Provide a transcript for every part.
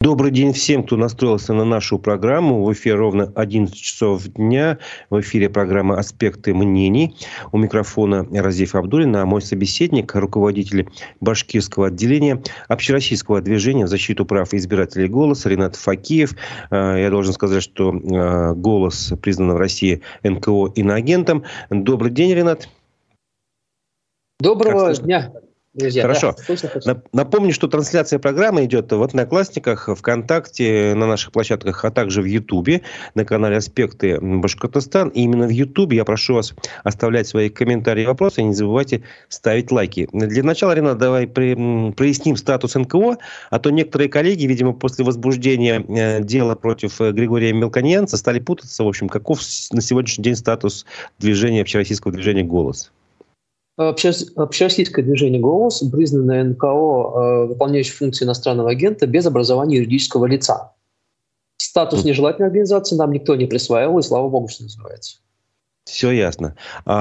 Добрый день всем, кто настроился на нашу программу. В эфире ровно 11 часов дня. В эфире программа «Аспекты мнений». У микрофона Разиф Абдуллин, а мой собеседник, руководитель башкирского отделения общероссийского движения в защиту прав избирателей «Голос» Ринат Факиев. Я должен сказать, что «Голос» признан в России НКО иноагентом. Добрый день, Ринат. Доброго дня, друзья. Хорошо. Да, напомню, что трансляция программы идет в Одноклассниках, ВКонтакте, на наших площадках, а также в Ютубе, на канале «Аспекты Башкортостан». И именно в Ютубе я прошу вас оставлять свои комментарии и вопросы. И не забывайте ставить лайки. Для начала, Ринат, давай проясним статус НКО. А то некоторые коллеги, видимо, после возбуждения дела против Григория Мелконьянца стали путаться. В общем, каков на сегодняшний день статус движения, общероссийского движения «Голос»? Общероссийское движение «Голос» признано НКО, выполняющее функции иностранного агента без образования юридического лица. Статус нежелательной организации нам никто не присваивал, и слава богу, что называется. Все ясно.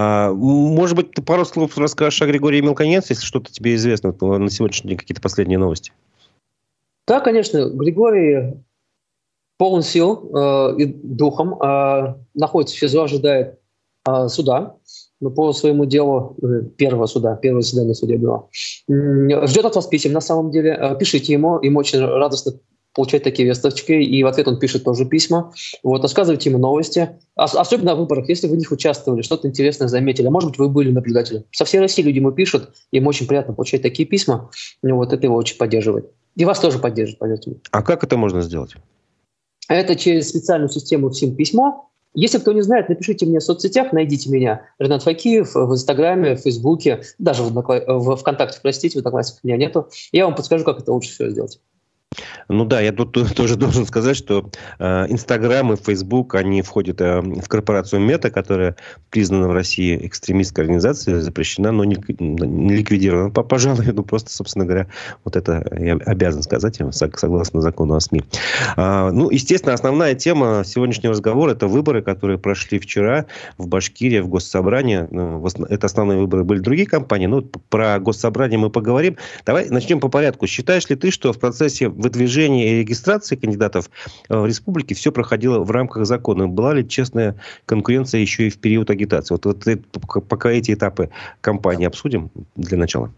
Может быть, ты пару слов расскажешь о Григории Мелконьянце, если что-то тебе известно на сегодняшний день, какие-то последние новости? Да, конечно. Григорий полон сил и духом, находится в СИЗО, ожидает суда по своему делу, первое заседание судья было. Ждет от вас писем, на самом деле. Пишите ему очень радостно получать такие весточки, и в ответ он пишет тоже письма. Рассказывайте ему новости, особенно о выборах, если вы в них участвовали, что-то интересное заметили, а может быть, вы были наблюдателем. Со всей России люди ему пишут, им очень приятно получать такие письма, это его очень поддерживает. И вас тоже поддержит, поверьте мне. А как это можно сделать? Это через специальную систему СИМ-письмо. Если кто не знает, напишите мне в соцсетях, найдите меня, Ринат Факиев, в Инстаграме, в Фейсбуке, даже в ВКонтакте, простите, в Одноклассниках меня нету. Я вам подскажу, как это лучше всего сделать. Ну да, я тут тоже должен сказать, что Инстаграм и Фейсбук, они входят в корпорацию Мета, которая признана в России экстремистской организацией, запрещена, но не ликвидирована. Пожалуй, просто, собственно говоря, это я обязан сказать, согласно закону о СМИ. Естественно, основная тема сегодняшнего разговора – это выборы, которые прошли вчера в Башкирии, в Госсобрании. Это основные выборы, были другие кампании, но про Госсобрание мы поговорим. Давай начнем по порядку. Считаешь ли ты, что в процессе выдвижения и регистрации кандидатов в республике все проходило в рамках закона? Была ли честная конкуренция еще и в период агитации? Пока эти этапы кампании обсудим для начала.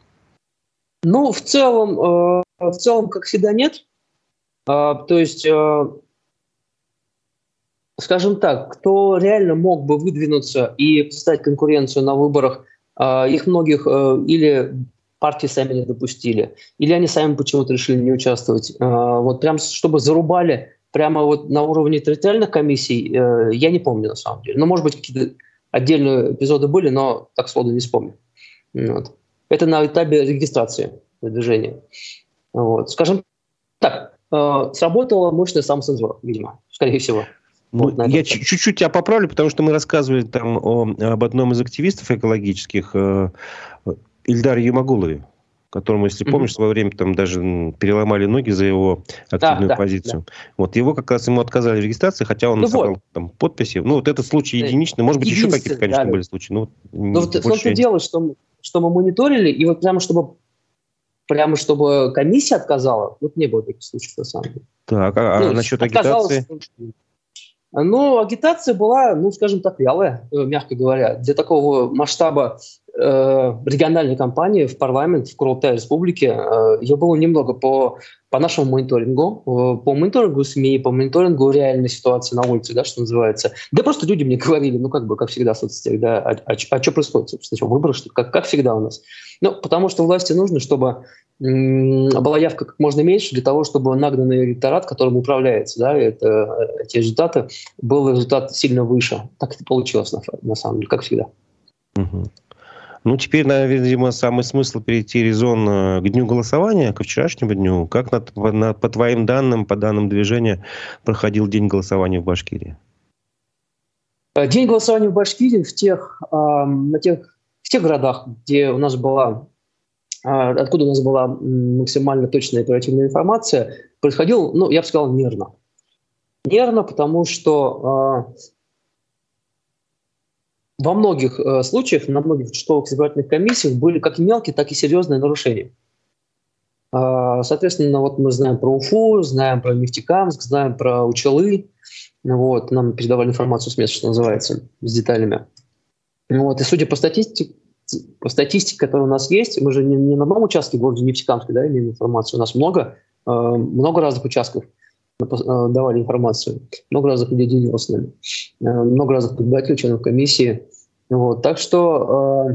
В целом, как всегда, нет. То есть, скажем так, кто реально мог бы выдвинуться и создать конкуренцию на выборах, их многих или партии сами не допустили, или они сами почему-то решили не участвовать. Прям чтобы зарубали прямо на уровне территориальных комиссий, я не помню на самом деле. Может быть, какие-то отдельные эпизоды были, но так сходу не вспомню. Это на этапе регистрации выдвижения. Скажем так, сработала мощная самоцензура, видимо, скорее всего. Я чуть-чуть тебя поправлю, потому что мы рассказывали там об одном из активистов экологических, Ильдаре Юмагулове, которому, если помнишь, в свое время там даже переломали ноги за его активную позицию. Да. Его как раз ему отказали в регистрации, хотя он собрал там подписи. Этот случай единичный. Может быть, еще какие-то, конечно, были случаи. В том-то дело, что мы мониторили, и прямо чтобы комиссия отказала, не было таких случаев на самом деле. Так, насчет агитации? Агитация была, скажем так, вялая, мягко говоря. Для такого масштаба региональной кампании в парламент, в Курултай республики, ее было немного по нашему мониторингу, по мониторингу СМИ, по мониторингу реальной ситуации на улице, что называется. Да просто люди мне говорили, как всегда в соцсетях, а что происходит, собственно, выборы, как всегда у нас. Потому что власти нужно, чтобы была явка как можно меньше, для того, чтобы нагнанный электорат, которым управляется, эти результаты, был результат сильно выше. Так это получилось, на самом деле, как всегда. Угу. Теперь, наверное, видимо, самый смысл перейти резон к дню голосования, к вчерашнему дню. Как по твоим данным, по данным движения, проходил день голосования в Башкирии? День голосования в Башкирии в тех городах, где у нас была откуда у нас была максимально точная и оперативная информация, происходил, я бы сказал, нервно. Нервно, потому что во многих случаях, на многих участковых избирательных комиссиях были как и мелкие, так и серьезные нарушения. Соответственно, вот мы знаем про Уфу, знаем про Нефтекамск, знаем про Учалы. Вот, нам передавали информацию с места, что называется, с деталями. Вот, и судя по статистике, которая у нас есть, мы же не на одном участке в городе Нефтекамске, да, имеем информацию, у нас много разных участков давали информацию, много разных людей делилось с нами, много разных наблюдателей, членов комиссии. Вот, так что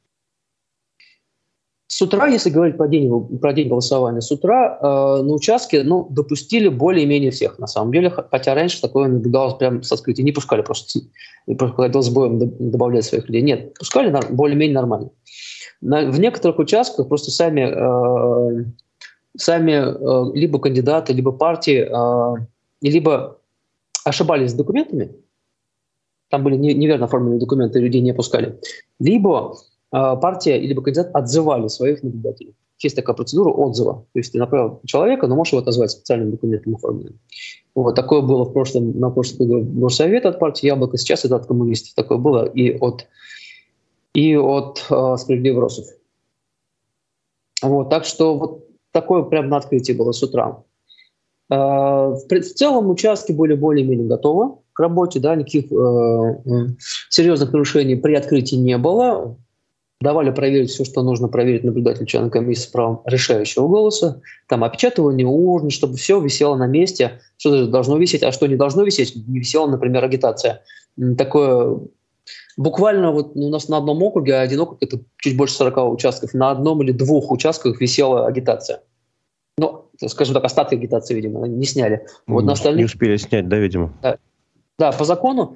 с утра, если говорить про день голосования, с утра на участке допустили более-менее всех, на самом деле, хотя раньше такое наблюдалось прямо со скрытия, не пускали просто хотел с боем добавлять своих людей. Нет, пускали более-менее нормально. В некоторых участках просто сами либо кандидаты, либо партии, либо ошибались с документами, там были неверно оформленные документы, людей не пускали, либо партия либо кандидат отзывали своих наблюдателей. Есть такая процедура отзыва. То есть ты направил человека, но можешь его отозвать специальным документом оформленным. Вот такое было на прошлом горсовета от партии «Яблоко», сейчас это от коммунистов. Такое было и от «Справедливых Росов». Вот, так что вот такое прямо на открытии было с утра. В целом участки были более-менее готовы к работе, да, никаких серьезных нарушений при открытии не было. Давали проверить все, что нужно проверить наблюдателю, члену комиссии с правом решающего голоса. Там опечатывание урн, чтобы все висело на месте, что должно висеть, а что не должно висеть, не висела, например, агитация. Такое буквально вот у нас на одном округе, а один округ — это чуть больше 40 участков, на одном или двух участках висела агитация. Ну, скажем так, остатки агитации, видимо, не сняли. Вот на остальных... Не успели снять, да, видимо? Да, по закону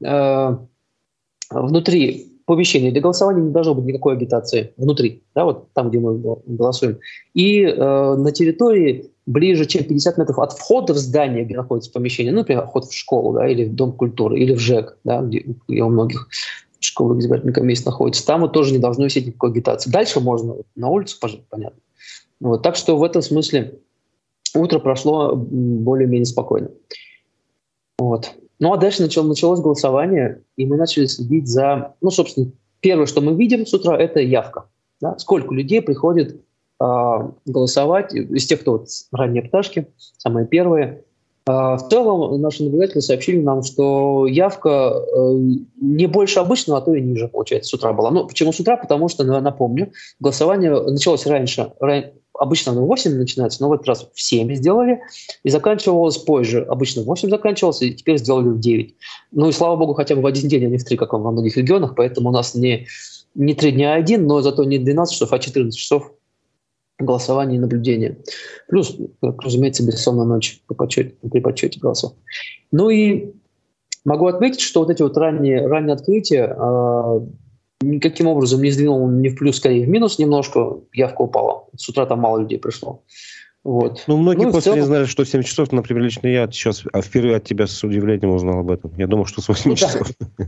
внутри помещения для голосования не должно быть никакой агитации внутри, да, вот там, где мы голосуем. И на территории ближе, чем 50 метров от входа в здание, где находится помещение, ну, например, вход в школу, да, или в Дом культуры, или в ЖЭК, да, где у многих школ избирательной комиссии находится, там вот тоже не должно висеть никакой агитации. Дальше можно на улицу, понятно. Вот, так что в этом смысле утро прошло более-менее спокойно. Вот. Ну а дальше началось голосование, и мы начали следить за... Ну, собственно, первое, что мы видим с утра, это явка. Да? Сколько людей приходит голосовать, из тех, кто вот ранние пташки, самые первые. В целом наши наблюдатели сообщили нам, что явка не больше обычного, а то и ниже, получается, с утра была. Ну, почему с утра? Потому что, напомню, голосование началось раньше. Обычно оно в 8 начинается, но в этот раз в 7 сделали, и заканчивалось позже. Обычно в 8 заканчивалось, и теперь сделали в 9. Ну и слава богу, хотя бы в один день, а не в 3, как во многих регионах, поэтому у нас не 3 дня, а 1, но зато не 12 часов, а 14 часов голосования и наблюдения. Плюс, разумеется, бессонная ночь при подсчете голосов. Ну и могу отметить, что вот эти вот ранние открытия никаким образом не сдвинул ни в плюс, скорее в минус немножко, явка упала. С утра там мало людей пришло. Вот. Ну, многие после не знали, что 7 часов, например, лично я сейчас впервые от тебя с удивлением узнал об этом. Я думал, что с 8 часов.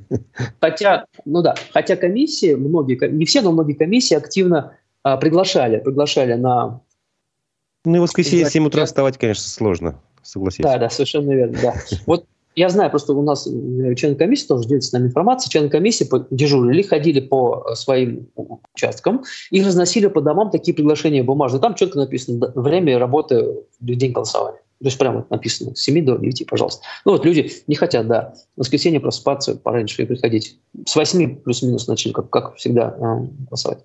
Хотя комиссии, не все, но многие комиссии активно приглашали на... Ну и в воскресенье в 7 утра вставать, конечно, сложно, согласитесь. Да, совершенно верно, да. Вот я знаю, просто у нас члены комиссии тоже делятся с нами информацией, члены комиссии дежурили, ходили по своим участкам и разносили по домам такие приглашения бумажные. Там четко написано время работы в день голосования. То есть прямо написано с 7 до 9, пожалуйста. Ну вот люди не хотят, да, в воскресенье просыпаться пораньше и приходить. С 8 плюс-минус начали, как всегда, голосовать.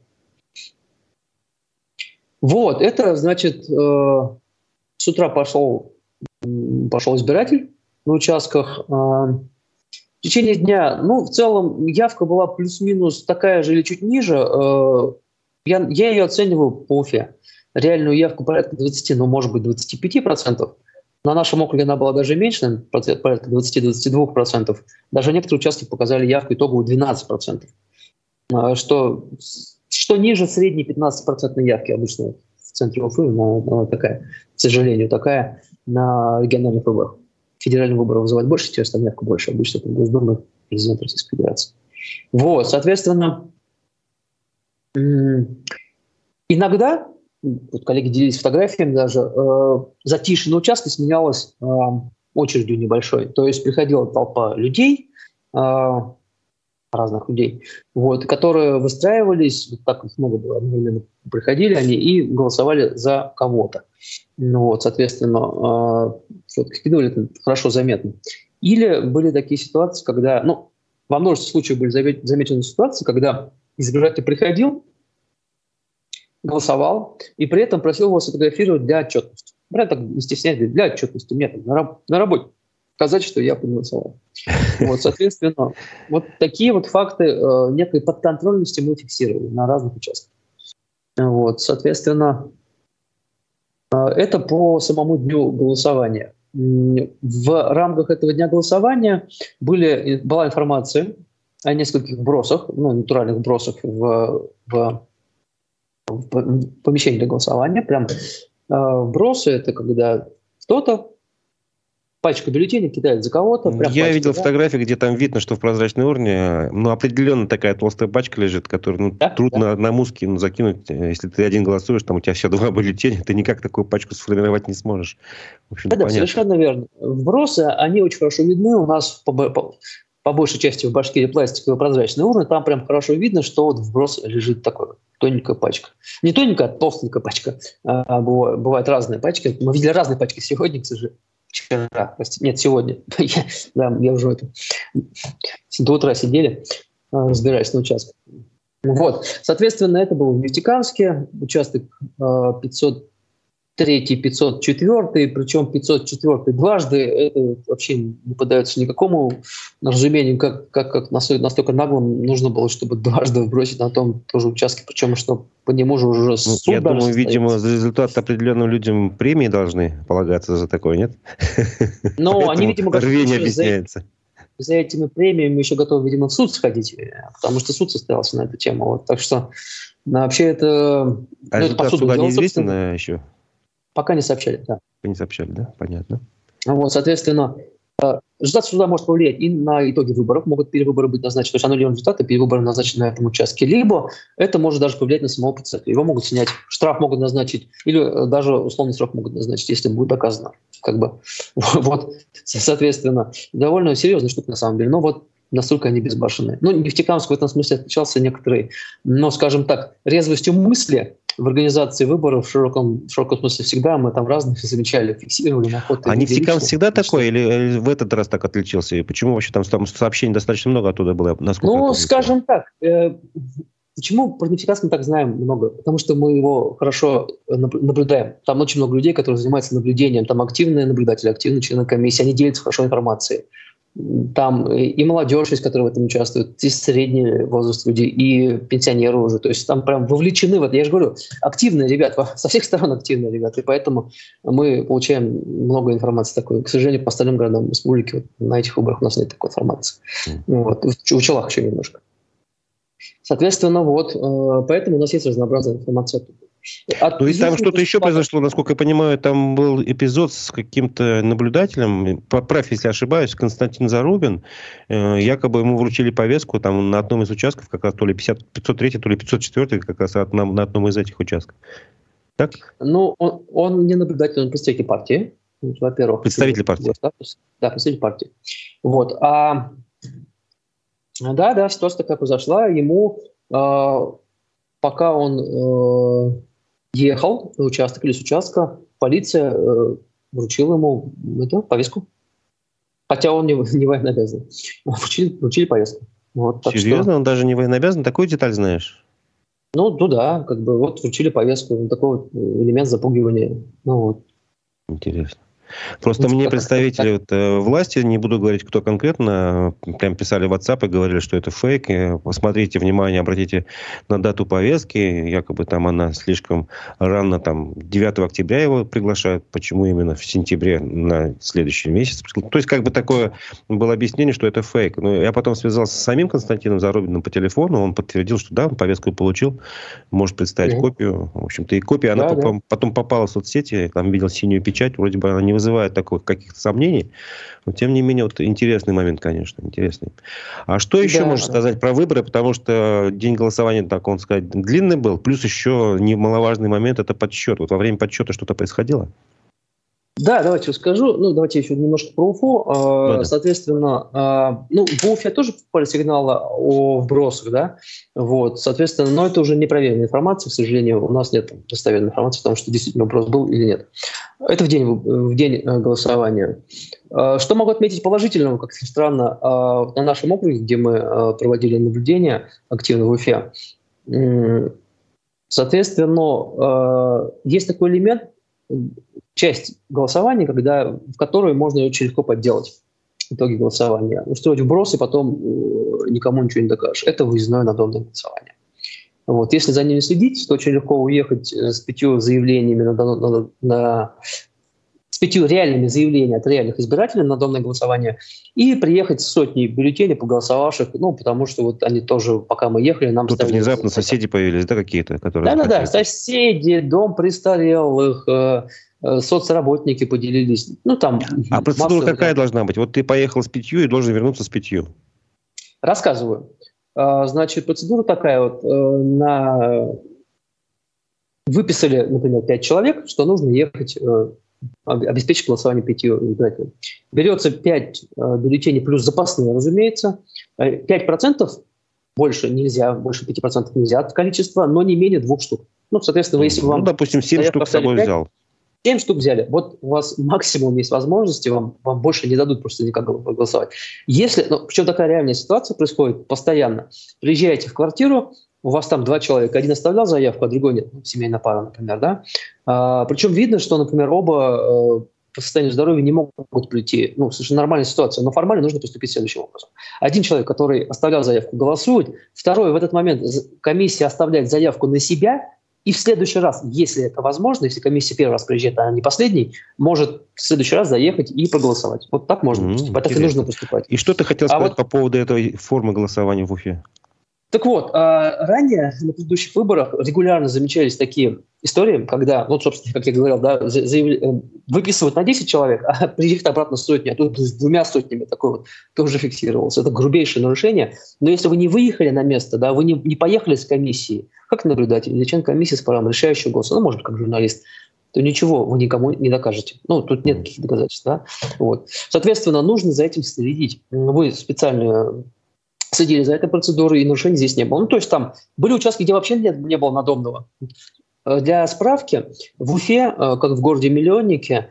Вот, это значит, с утра пошел избиратель на участках. В течение дня, в целом, явка была плюс-минус такая же или чуть ниже. Я ее оцениваю по Уфе. Реальную явку порядка 20, может быть, 25%. На нашем округе она была даже меньше, порядка 20-22%. Даже некоторые участки показали явку итоговую 12%. Что ниже средней 15% явки обычно в центре Уфы, но такая, к сожалению, такая на региональных выборах. Федеральные выборы вызывают больше интерес, там явка больше, обычно это Госдума, президент Российской Федерации. Вот, соответственно, иногда, вот коллеги делились фотографиями даже, затишье на участке сменялось очередью небольшой. То есть приходила толпа людей, разных людей, вот, которые выстраивались, вот так их много было, одновременно приходили они и голосовали за кого-то. Ну, вот, соответственно, фотки скидывали, это хорошо заметно. Или были такие ситуации, когда, ну, во множестве случаев были замечены ситуации, когда избиратель приходил, голосовал и при этом просил его сфотографировать для отчетности. Прям так не стесняясь, для отчетности. Мне там на работе сказать, что я проголосовал. Вот, соответственно, вот такие вот факты некой подконтрольности мы фиксировали на разных участках. Вот, соответственно, это по самому дню голосования. В рамках этого дня голосования была информация о нескольких бросах, ну, натуральных бросах в помещении для голосования. Прям бросы — это когда кто-то пачку бюллетеней кидает за кого-то. Я видел фотографии, где там видно, что в прозрачной урне, ну, определенно такая толстая пачка лежит, которую, ну, трудно на мушке закинуть. Если ты один голосуешь, там у тебя все 2 бюллетеня, ты никак такую пачку сформировать не сможешь. В общем, да, совершенно верно. Вбросы, они очень хорошо видны. У нас по большей части в Башкирии пластиковые прозрачные урны, там прям хорошо видно, что вот вброс лежит такой тоненькая пачка. Не тоненькая, а толстенькая пачка. Бывают разные пачки. Мы видели разные пачки сегодня, к сожалению. Вчера, нет, сегодня. Я уже до утра сидели, разбираясь на участке. Вот. Соответственно, это был в Нефтекамске, участок 503, 504, причем 504 дважды. Это вообще не поддается никакому разумению, как настолько наглым нужно было, чтобы дважды бросить на том тоже участке, причем что по нему же уже суд. Я думаю, видимо, за результат определенным людям премии должны полагаться за такое, нет? Ну, они, видимо, рвение объясняется. За этими премиями еще готовы, видимо, в суд сходить, потому что суд состоялся на эту тему. Вот. Так что вообще это... А результат суда неизвестен еще? Пока не сообщали, да. Не сообщали, да? Понятно. Вот, соответственно, результат суда может повлиять и на итоги выборов. Могут перевыборы быть назначены, то есть аннулирован результат, и перевыборы назначены на этом участке. Либо это может даже повлиять на самого председателя. Его могут снять, штраф могут назначить, или даже условный срок могут назначить, если будет доказано. Как бы. Вот, соответственно, довольно серьезная штука на самом деле. Но вот настолько они безбашенные. Ну, Нефтекамск в этом смысле отличался некоторой, но, скажем так, резвостью мысли в организации выборов в широком смысле всегда. Мы там разных замечали, фиксировали на фото. А Нефтекамск всегда такой или в этот раз так отличился? И почему вообще там сообщений достаточно много оттуда было? Ну, скажем так, почему про Нефтекамск мы так знаем много? Потому что мы его хорошо наблюдаем. Там очень много людей, которые занимаются наблюдением. Там активные наблюдатели, активные члены комиссии. Они делятся хорошо информацией. Там и молодежь есть, которая в этом участвует, и средний возраст людей, и пенсионеры уже. То есть там прям вовлечены в это. Я же говорю, активные ребята, со всех сторон активные ребята. И поэтому мы получаем много информации такой. К сожалению, по остальным городам республики вот, на этих выборах у нас нет такой информации. Вот. В Чулах еще немножко. Соответственно, вот, поэтому у нас есть разнообразная информация. Ну и там что-то еще произошло, насколько я понимаю, там был эпизод с каким-то наблюдателем, поправь, если ошибаюсь, Константин Зарубин, якобы ему вручили повестку там на одном из участков, как раз то ли 503, то ли 504, как раз на одном из этих участков. Так? Ну, он не наблюдатель, он представитель партии, во-первых. Представитель партии. Да, представитель партии. Вот. Да, ситуация такая произошла. Ему, пока он ехал на участок или с участка, полиция вручила ему повестку. Хотя он не военнообязан. Вручили повестку. Вот, серьезно? Он даже не военнообязан? Такую деталь знаешь? Ну да, как бы вот вручили повестку. Такой вот элемент запугивания. Ну, вот. Интересно. Просто мне представители власти, не буду говорить, кто конкретно, прям писали в WhatsApp и говорили, что это фейк. Посмотрите, внимание, обратите на дату повестки. Якобы там она слишком рано, там 9 октября его приглашают. Почему именно в сентябре на следующий месяц? То есть, как бы такое было объяснение, что это фейк. Но я потом связался с самим Константином Зарубиным по телефону. Он подтвердил, что да, он повестку получил. Может представить копию. В общем-то, и копия, она потом попала в соцсети. Там видел синюю печать. Вроде бы она не вызывает таких каких-то сомнений. Но, тем не менее, вот интересный момент, конечно, интересный. А что еще можно сказать про выборы? Потому что день голосования, так он сказать, длинный был. Плюс еще немаловажный момент – это подсчет. Вот во время подсчета что-то происходило? Да, давайте расскажу. Ну, давайте еще немножко про Уфу. Да. Соответственно, в Уфе тоже попали сигналы о вбросах, да? Вот, соответственно, но это уже непроверенная информация, к сожалению, у нас нет достоверной информации о том, что действительно вброс был или нет. Это в день голосования. Что могу отметить положительного, как ни странно, на нашем округе, где мы проводили наблюдение активно в Уфе. Соответственно, есть такой элемент, часть голосования, в которой можно очень легко подделать итоги голосования, устроить вброс и потом никому ничего не докажешь. Это выездное надомное голосование. Вот. Если за ними следить, то очень легко уехать с 5 заявлениями с 5 реальными заявлениями от реальных избирателей на надомное голосование и приехать с сотней бюллетеней проголосовавших, потому что вот они тоже, пока мы ехали, нам тут внезапно соседи появились, да, какие-то? Да, соседи, дом престарелых, соцработники поделились. А процедура какая должна быть? Вот ты поехал с 5 и должен вернуться с 5. Рассказываю. Значит, процедура такая вот. Выписали, например, 5 человек, что нужно ехать, обеспечить голосование 5 избирателей. Берется 5 бюллетеней плюс запасные, разумеется. 5% больше нельзя, больше 5% нельзя от количества, но не менее 2 штук. Соответственно, если вам... допустим, 7 штук с собой 5, взял. 7 штук взяли. Вот у вас максимум есть возможности, вам больше не дадут просто никак голосовать. Причем такая реальная ситуация происходит постоянно. Приезжаете в квартиру, у вас там 2 человека. Один оставлял заявку, а другой нет. Семейная пара, например, да? Причем видно, что, например, оба по состоянию здоровья не могут прийти. Совершенно нормальная ситуация. Но формально нужно поступить следующим образом. Один человек, который оставлял заявку, голосует. Второй в этот момент комиссия оставляет заявку на себя. И в следующий раз, если это возможно, если комиссия первый раз приезжает, а не последний, может в следующий раз заехать и проголосовать. Вот так можно поступать, так и нужно поступать. И что ты хотел сказать по поводу этой формы голосования в Уфе? Так вот, ранее на предыдущих выборах регулярно замечались такие истории, когда, собственно, как я говорил, да, выписывают на 10 человек, а приезжает обратно сотни, а тут с 2 сотнями такое вот тоже фиксировалось. Это грубейшее нарушение. Но если вы не выехали на место, да, вы не поехали с комиссией, как наблюдатель или член комиссии с правом решающего голоса, может быть, как журналист, то ничего вы никому не докажете. Тут нет таких доказательств. Да? Вот. Соответственно, нужно за этим следить. Вы специально следили за этой процедурой, и нарушений здесь не было. То есть там были участки, где вообще не было надомного. Для справки, в Уфе, как в городе-миллионнике,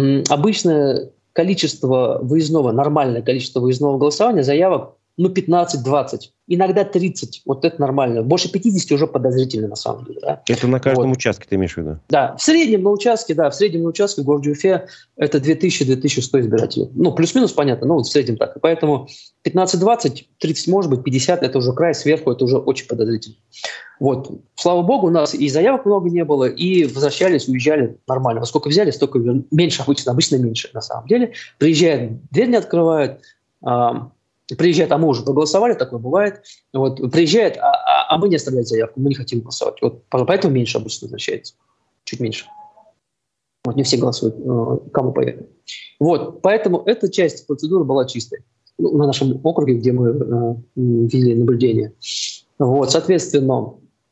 обычное количество нормальное количество выездного голосования, заявок, 15-20, иногда 30. Вот это нормально. Больше 50 уже подозрительно на самом деле. Да? Это на каждом участке ты имеешь в виду? Да, в среднем на участке в городе Уфе это 2000-2100 избирателей. Плюс-минус понятно, в среднем так. И поэтому 15-20, 30 может быть, 50 это уже край, сверху это уже очень подозрительно. Вот. Слава богу, у нас и заявок много не было, и возвращались, уезжали нормально. Во сколько взяли, столько меньше обычно меньше на самом деле. Приезжают, дверь не открывают, приезжает, а мы уже проголосовали, такое бывает. Вот, приезжает, а мы не оставляем заявку, мы не хотим голосовать. Вот, поэтому меньше обычно возвращается. Чуть меньше. Вот, не все голосуют, кому поехали. Вот, поэтому эта часть процедуры была чистой. На нашем округе, где мы вели наблюдение. Вот, соответственно,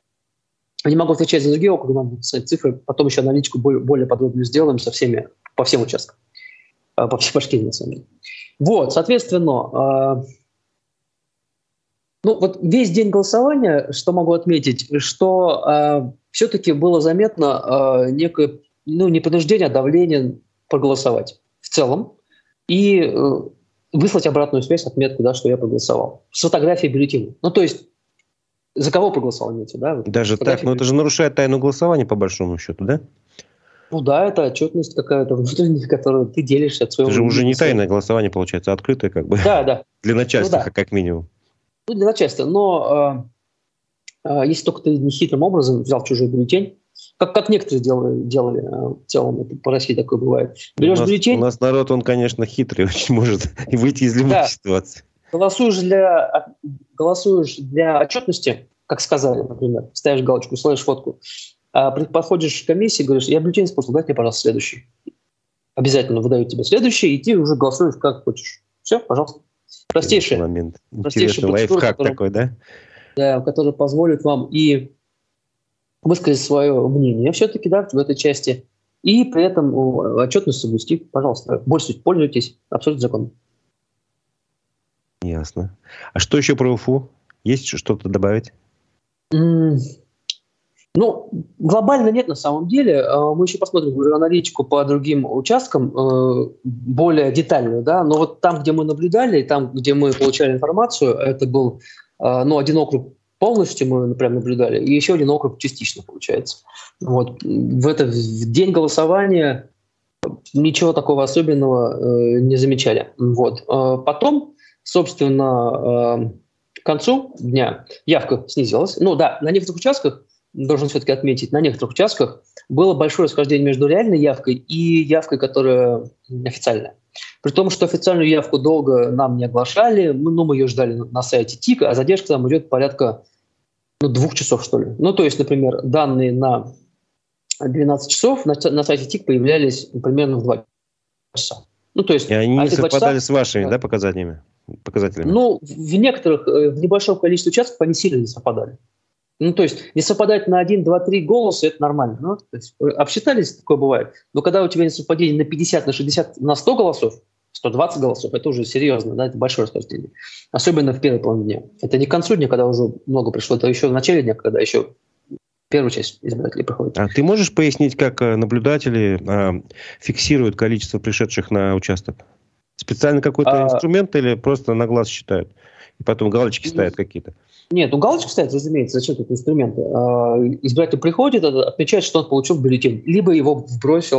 не могу отвечать за другие округи, надо написать цифры, потом еще аналитику более подробную сделаем по всем участкам. По всей Башкирии, на самом деле. Вот, соответственно, весь день голосования, что могу отметить, что все-таки было заметно некое, не принуждение, а давление проголосовать в целом и выслать обратную связь, отметку, да, что я проголосовал. С фотографией бюллетеней. То есть, за кого проголосовал, имеется, да? Даже так, это же нарушает тайну голосования, по большому счету, да? Да, это отчетность какая-то внутренняя, которую ты делишься от своего... Это же уже не тайное голосование, получается, а открытое как бы. Да. Для начальства, как минимум. Для начальства. Но если только ты нехитрым образом взял чужой бюллетень, как некоторые делали в целом, это по России такое бывает. Берешь бюллетень... У нас народ, он, конечно, хитрый очень может и выйти из любой ситуации. Голосуешь для отчетности, как сказали, например, ставишь галочку, ставишь фотку, подходишь к комиссии, говоришь, я бюллетень использовал, дайте мне, пожалуйста, следующий. Обязательно выдают тебе следующий, и ты уже голосуешь как хочешь. Все, пожалуйста. Простейший момент. Интересный лайфхак такой, да? Да, который позволит вам и высказать свое мнение все-таки, да, в этой части, и при этом отчетность соблюсти. Пожалуйста, пользуйтесь, абсолютно законно. Ясно. А что еще про Уфу? Есть что-то добавить? Ну, глобально нет на самом деле. Мы еще посмотрим аналитику по другим участкам более детальную, да. Но вот там, где мы наблюдали, там, где мы получали информацию, это был один округ полностью мы прям наблюдали, и еще один округ частично получается. Вот. В день голосования ничего такого особенного не замечали. Вот. Потом, собственно, к концу дня явка снизилась. Ну да, на некоторых участках, должен все-таки отметить, на некоторых участках было большое расхождение между реальной явкой и явкой, которая официальная. При том, что официальную явку долго нам не оглашали, мы ее ждали на сайте ТИК, а задержка там идет порядка 2 часов, что ли. Ну, то есть, например, данные на 12 часов на сайте ТИК появлялись примерно в 2 часа. Ну, то есть, и они не совпадали с вашими, да, показателями? Ну, в небольшом количестве участков они сильно не совпадали. Ну, то есть не совпадать на 1, 2, 3 голоса – это нормально. Ну, то есть, обсчитались, такое бывает. Но когда у тебя не совпадение на 50, на 60, на 100 голосов, 120 голосов – это уже серьезно, да, это большое расхождение. Особенно в первой половине дня. Это не к концу дня, когда уже много пришло, это еще в начале дня, когда еще первую часть избирателей проходит. А ты можешь пояснить, как наблюдатели фиксируют количество пришедших на участок? Специально какой-то инструмент или просто на глаз считают? И потом галочки ставят какие-то? Нет, галочки ставят, разумеется, зачем такие инструменты? Избиратель приходит, отмечает, что он получил бюллетень, либо его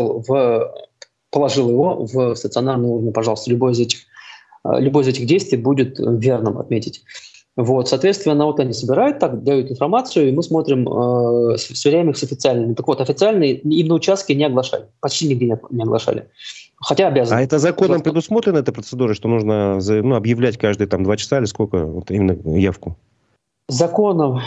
положил его в стационарный урну, пожалуйста, любое из этих действий будет верным отметить. Вот, соответственно, вот они собирают, так дают информацию, и мы смотрим, сверяем их с официальными. Так вот, официальные им на участке не оглашали, почти нигде не оглашали. Хотя обязаны. А это законом предусмотрена эта процедура, что нужно объявлять каждые 2 часа или сколько именно явку? Законом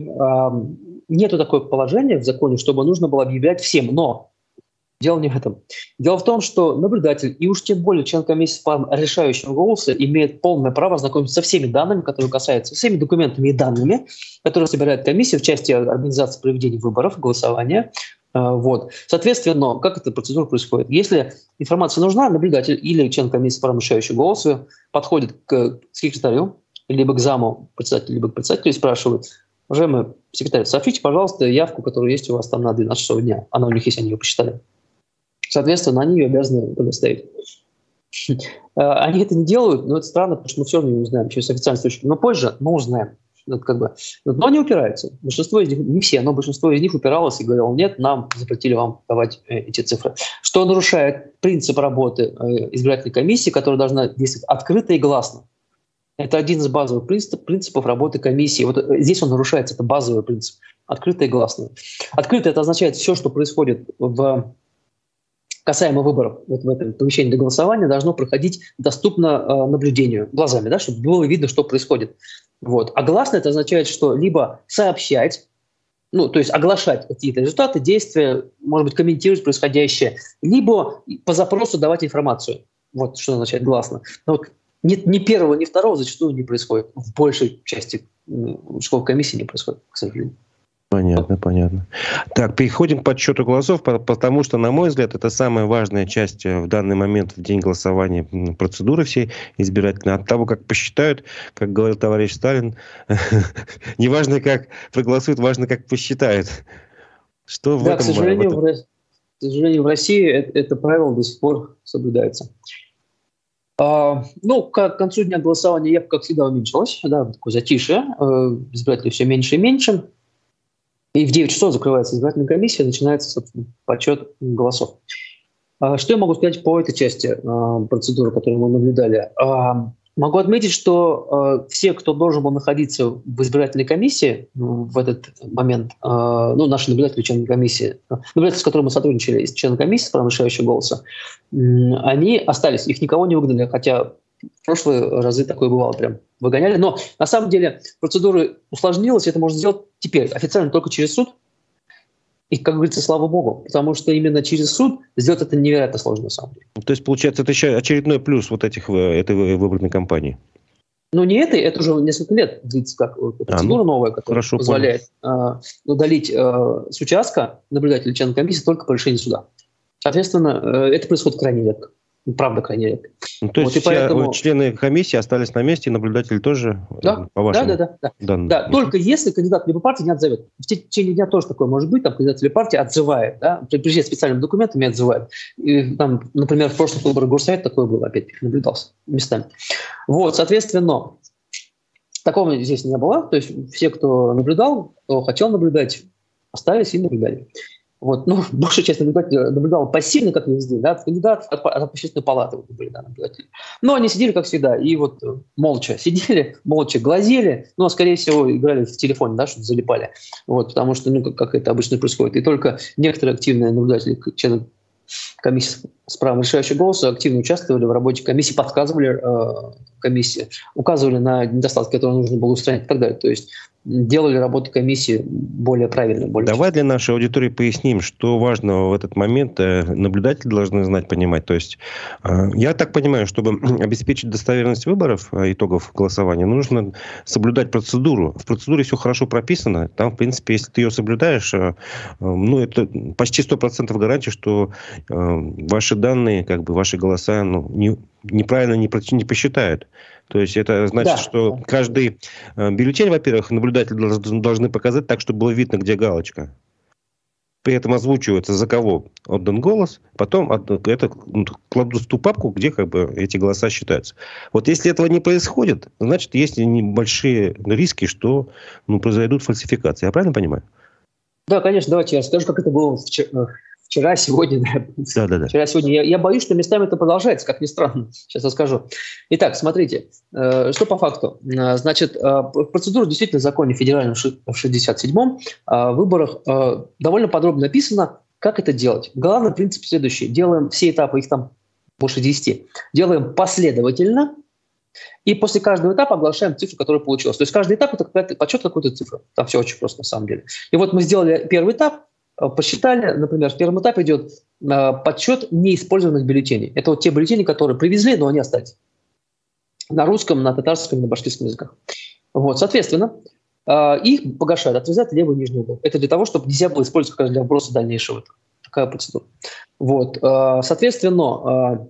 нету такого положения в законе, чтобы нужно было объявлять всем. Но дело не в этом. Дело в том, что наблюдатель, и уж тем более член комиссии по решающему голосу, имеет полное право ознакомиться со всеми данными, которые касаются, всеми документами и данными, которые собирает комиссия в части организации проведения выборов, голосования. Вот. Соответственно, как эта процедура происходит? Если информация нужна, наблюдатель или член комиссии по решающему голосу подходит к секретарю, либо к заму председателя, либо к председателю и спрашивают: уважаемый секретарь, сообщите, пожалуйста, явку, которая есть у вас там на 12 часов дня. Она у них есть, они ее посчитали. Соответственно, они ее обязаны предоставить. Они это не делают, но это странно, потому что мы все равно не узнаем через официальный источник. Но позже мы узнаем. Но они упираются. Большинство из них, не все, но большинство из них упиралось и говорило: нет, нам запретили вам давать эти цифры. Что нарушает принцип работы избирательной комиссии, которая должна действовать открыто и гласно. Это один из базовых принципов работы комиссии. Вот здесь он нарушается, это базовый принцип. Открыто и гласно. Открыто — это означает, все, что происходит касаемо выборов в этом помещении для голосования, должно проходить доступно наблюдению глазами, да, чтобы было видно, что происходит. Вот. А гласно — это означает, что либо сообщать, то есть оглашать какие-то результаты, действия, может быть, комментировать происходящее, либо по запросу давать информацию. Вот что означает гласно. Но вот ни первого, ни второго зачастую не происходит. В большей части участковой комиссии не происходит, к сожалению. Понятно. Так, переходим к подсчету голосов, потому что, на мой взгляд, это самая важная часть в данный момент, в день голосования, процедуры всей избирательной. От того, как посчитают, как говорил товарищ Сталин, не важно, как проголосуют, важно, как посчитают. Что в этом? К сожалению, в России это правило до сих пор соблюдается. К концу дня голосования явка, как всегда, уменьшилась. Да, такое затишье. Избирателей все меньше и меньше. И в 9 часов закрывается избирательная комиссия, начинается, собственно, подсчет голосов. Что я могу сказать по этой части процедуры, которую мы наблюдали? Могу отметить, что все, кто должен был находиться в избирательной комиссии в этот момент, наши наблюдатели, члены комиссии, наблюдатели, с которыми мы сотрудничали, члены комиссии с правом решающего голоса, они остались, их никого не выгнали, хотя в прошлые разы такое бывало, прям выгоняли. Но на самом деле процедура усложнилась, это можно сделать теперь официально только через суд. И, как говорится, слава богу, потому что именно через суд сделать это невероятно сложно на самом деле. То есть, получается, это еще очередной плюс этой выборной кампании? Не это уже несколько лет длится, как процедура новая, которая позволяет удалить с участка наблюдателя члена комиссии только по решению суда. Соответственно, это происходит крайне редко. Правда, крайне редко. Ну, то есть поэтому... члены комиссии остались на месте, и наблюдатели тоже, да, по вашему данным? Да, только если кандидат либо партии не отзовет. В течение дня тоже такое может быть, там кандидат либо партии отзывает, да, приезжает специальными документами и отзывает. И, там, например, в прошлых выборах Горсовет такое было, опять-таки, наблюдался местами. Вот, соответственно, такого здесь не было. То есть все, кто наблюдал, кто хотел наблюдать, остались и наблюдали. Вот, ну, большая часть наблюдателей наблюдала пассивно, как везде, да, кандидат от общественной палаты вот, были, да, наблюдатели. Но они сидели, как всегда, и вот молча сидели, молча глазели, ну, а скорее всего, играли в телефоне, да, что-то залипали, вот, потому что, ну, как это обычно происходит. И только некоторые активные наблюдатели, члены комиссии с правом решающего голоса активно участвовали в работе комиссии, подсказывали комиссии, указывали на недостатки, которые нужно было устранить и так далее. То есть делали работу комиссии более правильно. Давай для нашей аудитории поясним, что важно в этот момент наблюдатели должны знать, понимать. То есть, я так понимаю, чтобы обеспечить достоверность выборов, итогов голосования, нужно соблюдать процедуру. В процедуре все хорошо прописано. Там, в принципе, если ты ее соблюдаешь, ну, это почти 100% гарантия, что ваши данные, как бы ваши голоса, ну, неправильно не посчитают. То есть это значит, что каждый бюллетень, во-первых, наблюдатели должны показать так, чтобы было видно, где галочка. При этом озвучивается, за кого отдан голос, потом это кладут в ту папку, где как бы эти голоса считаются. Вот если этого не происходит, значит, есть небольшие риски, что произойдут фальсификации. Я правильно понимаю? Да, конечно. Давайте я расскажу, как это было вчера, сегодня. Да. Вчера, сегодня. Я боюсь, что местами это продолжается, как ни странно. Сейчас расскажу. Итак, смотрите, что по факту. Значит, процедура действительно в законе федеральном в 67-м выборах довольно подробно написано, как это делать. Главный принцип следующий. Делаем все этапы, их там больше 10, делаем последовательно, и после каждого этапа оглашаем цифру, которая получилась. То есть каждый этап – это подсчет какой-то цифры. Там все очень просто на самом деле. И вот мы сделали первый этап, посчитали, например, в первом этапе идет подсчет неиспользованных бюллетеней. Это вот те бюллетени, которые привезли, но они остались. На русском, на татарском, на башкирском языках. Вот, соответственно, их погашают, отрезают левый и нижний угол. Это для того, чтобы нельзя было использовать как раз для вброса дальнейшего. Такая процедура. Вот, соответственно,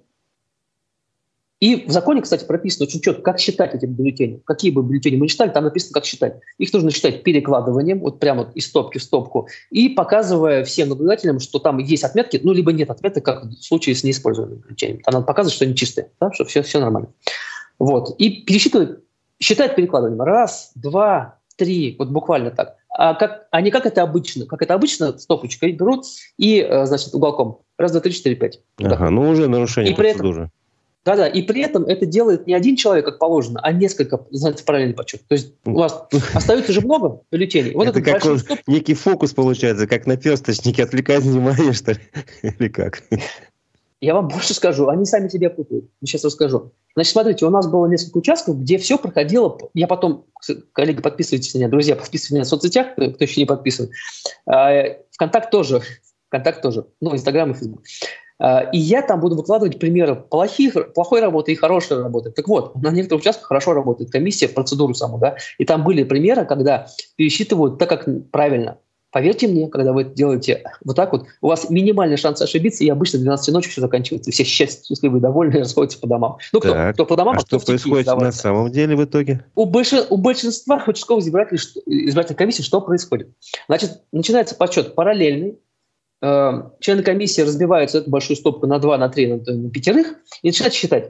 и в законе, кстати, прописано очень четко, как считать эти бюллетени. Какие бы бюллетени мы не считали, там написано, как считать. Их нужно считать перекладыванием, вот прямо из стопки в стопку, и показывая всем наблюдателям, что там есть отметки, ну, либо нет отметок, как в случае с неиспользованными бюллетенями. Там надо показывать, что они чистые, да, что все нормально. Вот. И пересчитывать, считать перекладыванием. 1, 2, 3, вот буквально так. А не как это обычно. Как это обычно, стопочкой берут и, значит, уголком. 1, 2, 3, 4, 5. Ага, ну уже нарушение процедуры. Да, и при этом это делает не один человек, как положено, а несколько, знаете, параллельный подсчет. То есть у вас остается же много бюллетеней. Вот это как некий фокус получается, как наперсточники, отвлекать внимание, что ли? Или как? Я вам больше скажу, они сами себя путают. Сейчас расскажу. Значит, смотрите, у нас было несколько участков, где все проходило. Я потом, коллеги, подписывайтесь на меня, друзья, подписывайтесь на меня в соцсетях, кто еще не подписан. ВКонтакт тоже. Ну, Инстаграм и Фейсбук. И я там буду выкладывать примеры плохой работы и хорошей работы. Так вот, на некоторых участках хорошо работает комиссия, процедуру саму, да, и там были примеры, когда пересчитывают так, как правильно. Поверьте мне, когда вы это делаете вот так вот, у вас минимальный шанс ошибиться, и обычно в 12 ночи все заканчивается. Все счастливые, довольные, расходятся по домам. Ну, кто по домам, что происходит на самом деле в итоге? У большинства участковых избирательных комиссий что происходит? Значит, начинается подсчет параллельный. Члены комиссии разбиваются эту большую стопку на 2, на 3, на 5 и начинают считать.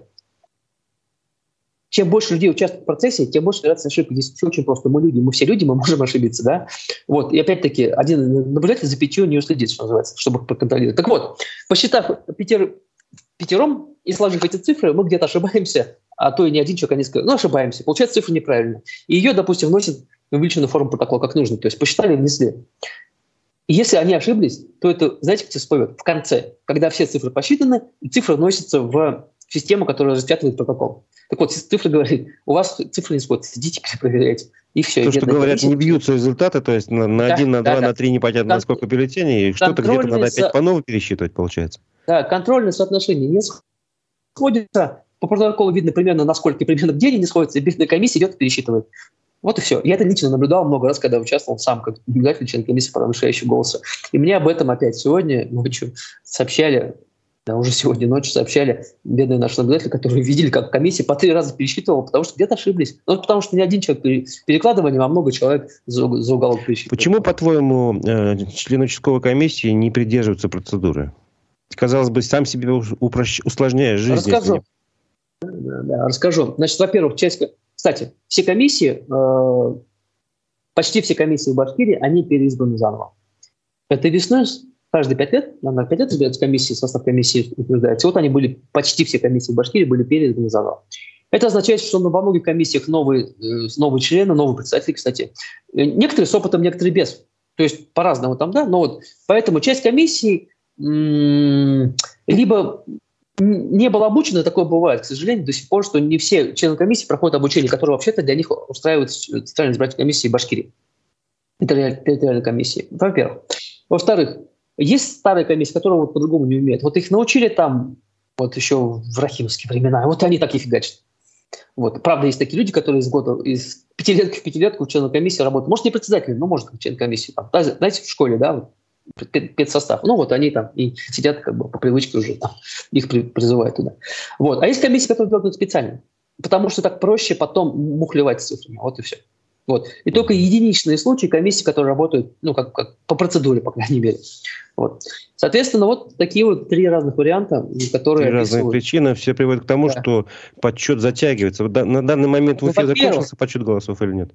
Чем больше людей участвует в процессе, тем больше вероятность ошибки. Здесь все очень просто. Мы все люди, мы можем ошибиться. Да? Вот. И опять-таки, один наблюдатель за 5 не уследит, что называется, чтобы их проконтролировать. Так вот, посчитав пятером и сложив эти цифры, мы где-то ошибаемся, а то и не один человек, а несколько. Ну, ошибаемся. Получается цифра неправильная. И ее, допустим, вносят в увеличенную форму протокола, как нужно. То есть посчитали и внесли. И если они ошиблись, то это, знаете, где всплывет? В конце, когда все цифры посчитаны, и цифры вносятся в систему, которая распечатывает протокол. Так вот, цифры говорят, у вас цифры не сходятся, идите перепроверяйте. И все. То, что говорят, не бьются результаты, то есть на 1, на 2, на 3 непонятно на сколько бюллетеней, и что-то где-то надо опять по новой пересчитывать, получается. Да, контрольное соотношение не сходится. По протоколу видно примерно, насколько примерно где они не сходятся, и бюллетенная комиссия идет и пересчитывает. Вот и все. Я это лично наблюдал много раз, когда участвовал сам как наблюдатель, член комиссии по правам решающего голоса. И мне об этом опять сегодня ночью сообщали, да, уже сегодня ночью сообщали бедные наши наблюдатели, которые видели, как комиссия по 3 раза пересчитывала, потому что где-то ошиблись. Ну, потому что не один человек перекладыванием, а много человек за уголок пересчитывал. Почему, по-твоему, члены участковой комиссии не придерживаются процедуры? Казалось бы, сам себе усложняешь жизнь. Расскажу. Да, расскажу. Значит, во-первых, кстати, все комиссии, почти все комиссии в Башкирии, они переизбраны заново. Этой весной каждые 5 лет, 5 лет избираются комиссии, состав комиссии утверждается. Вот они были, почти все комиссии в Башкирии были переизбраны заново. Это означает, что во многих комиссиях новые члены, новые председатели, кстати. Некоторые с опытом, некоторые без. То есть по-разному там, да. Но вот поэтому часть комиссий либо не была обучена, такое бывает, к сожалению, до сих пор, что не все члены комиссии проходят обучение, которое вообще-то для них устраивает Центральная избирательная комиссия Башкирии. Территориальной комиссии. Во-первых. Во-вторых, есть старые комиссии, которые вот по-другому не умеют. Вот их научили там вот еще в рахимские времена, вот они так и фигачат. Вот. Правда, есть такие люди, которые из пятилетки в пятилетку члены комиссии работают. Может, не председатель, но может, член комиссии. Там, знаете, в школе, да, вот, педсостав. Ну, вот они там и сидят как бы по привычке уже, там, их призывают туда. Вот. А есть комиссии, которые делают специально, потому что так проще потом мухлевать с цифрами. Вот и все. Вот. И только единичные случаи комиссии, которые работают, ну, как по процедуре, по крайней мере. Вот. Соответственно, вот такие вот 3 разных варианта, которые... 3 разные причины, все приводят к тому, да, что подсчет затягивается. На данный момент в Уфе закончился подсчет голосов или нет?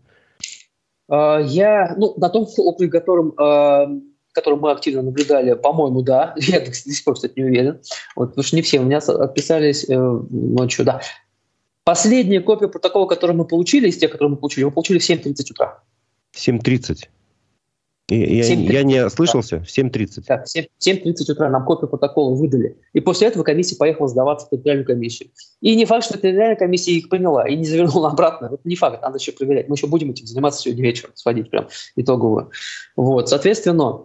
На том округе, которым мы активно наблюдали, по-моему, да. Я до сих пор, кстати, не уверен. Вот, потому что не все у меня отписались ночью, да. Последняя копия протокола, которую мы получили, из тех, которые мы получили в 7:30 утра. 7:30? Я не ослышался? В 7:30? Да, в 7:30 утра нам копию протокола выдали. И после этого комиссия поехала сдаваться в территориальную комиссию. И не факт, что территориальная комиссия их приняла и не завернула обратно. Это не факт, надо еще проверять. Мы еще будем этим заниматься сегодня вечером, сводить прям итоговую. Вот, соответственно,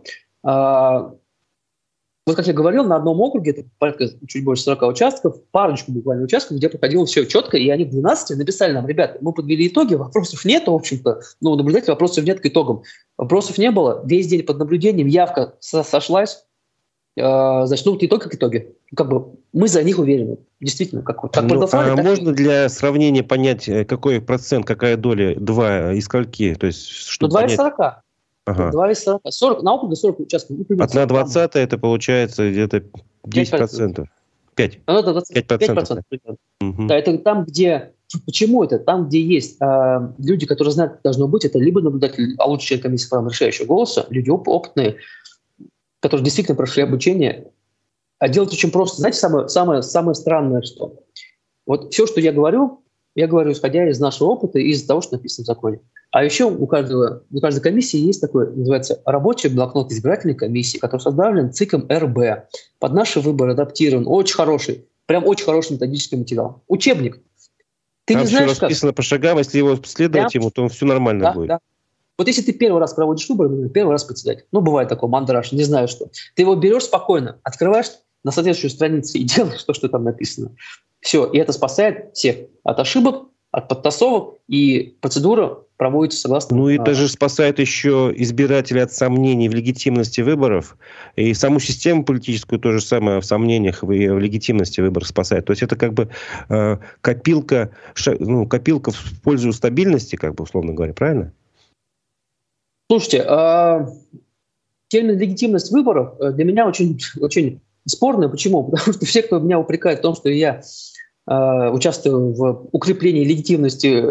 вот как я говорил, на одном округе, это порядка чуть больше 40 участков, парочку буквально участков, где проходило все четко, и они в 12 написали нам: ребята, мы подвели итоги, вопросов нет, в общем-то, у наблюдателя вопросов нет к итогам. Вопросов не было, весь день под наблюдением, явка сошлась, значит, не только к итоге, как бы мы за них уверены, действительно. Можно для сравнения понять, какой процент, какая доля, 2 из скольки? То есть, что 2 из 40. Ага. 2 из 40. На округе 40 участков. 1/20 это получается где-то 10%. 5%. 5%. Угу. Да, это там, где... Почему это? Там, где есть люди, которые знают, как должно быть, это либо наблюдатель, а лучше член комиссии по правам решающего голоса, люди опытные, которые действительно прошли обучение. А делать очень просто. Знаете, самое странное, что... Вот все, что я говорю, исходя из нашего опыта и из-за того, что написано в законе. А еще у каждой комиссии есть такой, называется, рабочий блокнот избирательной комиссии, который составлен ЦИКом РБ. Под наши выборы адаптирован. Очень хороший, прям очень хороший методический материал. Учебник. Ты там не знаешь, все расписано по шагам, если его следовать ему, то все нормально будет. Да. Вот если ты первый раз проводишь выборы, первый раз председатель, бывает такой мандраж, не знаю что, ты его берешь спокойно, открываешь на соответствующую страницу и делаешь то, что там написано. Все, и это спасает всех от ошибок, от подтасовок, и процедура проводится согласно... это же спасает еще избирателей от сомнений в легитимности выборов, и саму систему политическую то же самое в сомнениях в легитимности выборов спасает. То есть это как бы копилка в пользу стабильности, как бы, условно говоря, правильно? Слушайте, термин «легитимность выборов» для меня очень, очень спорный. Почему? Потому что все, кто меня упрекает в том, что я участвую в укреплении легитимности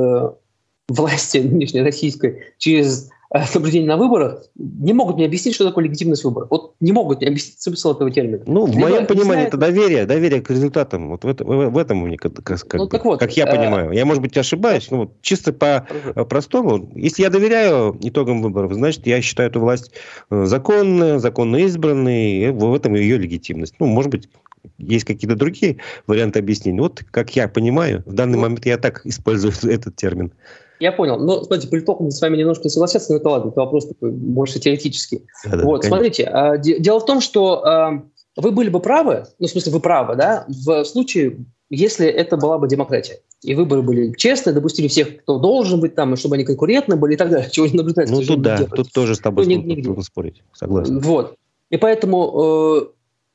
власти нынешней российской через наблюдение на выборах, не могут мне объяснить, что такое легитимность выборов. Вот не могут мне объяснить смысл этого термина. В моем понимании это доверие к результатам. Вот в этом у них, как я понимаю. Я, может быть, ошибаюсь, но чисто по-простому. Если я доверяю итогам выборов, значит, я считаю эту власть законно избранной, и в этом ее легитимность. Может быть, есть какие-то другие варианты объяснения. Вот как я понимаю, в данный момент я так использую этот термин. Я понял. Но, смотрите, политологи с вами немножко не согласятся, но это ладно, это вопрос такой больше теоретический. Да, смотрите, дело в том, что вы были бы правы, в смысле вы правы, да, в случае, если это была бы демократия. и выборы были честные, допустили всех, кто должен быть там, и чтобы они конкурентны были и так далее, чего не наблюдается. Ну, тут да, тут тоже с тобой трудно спорить, согласен. Вот. И поэтому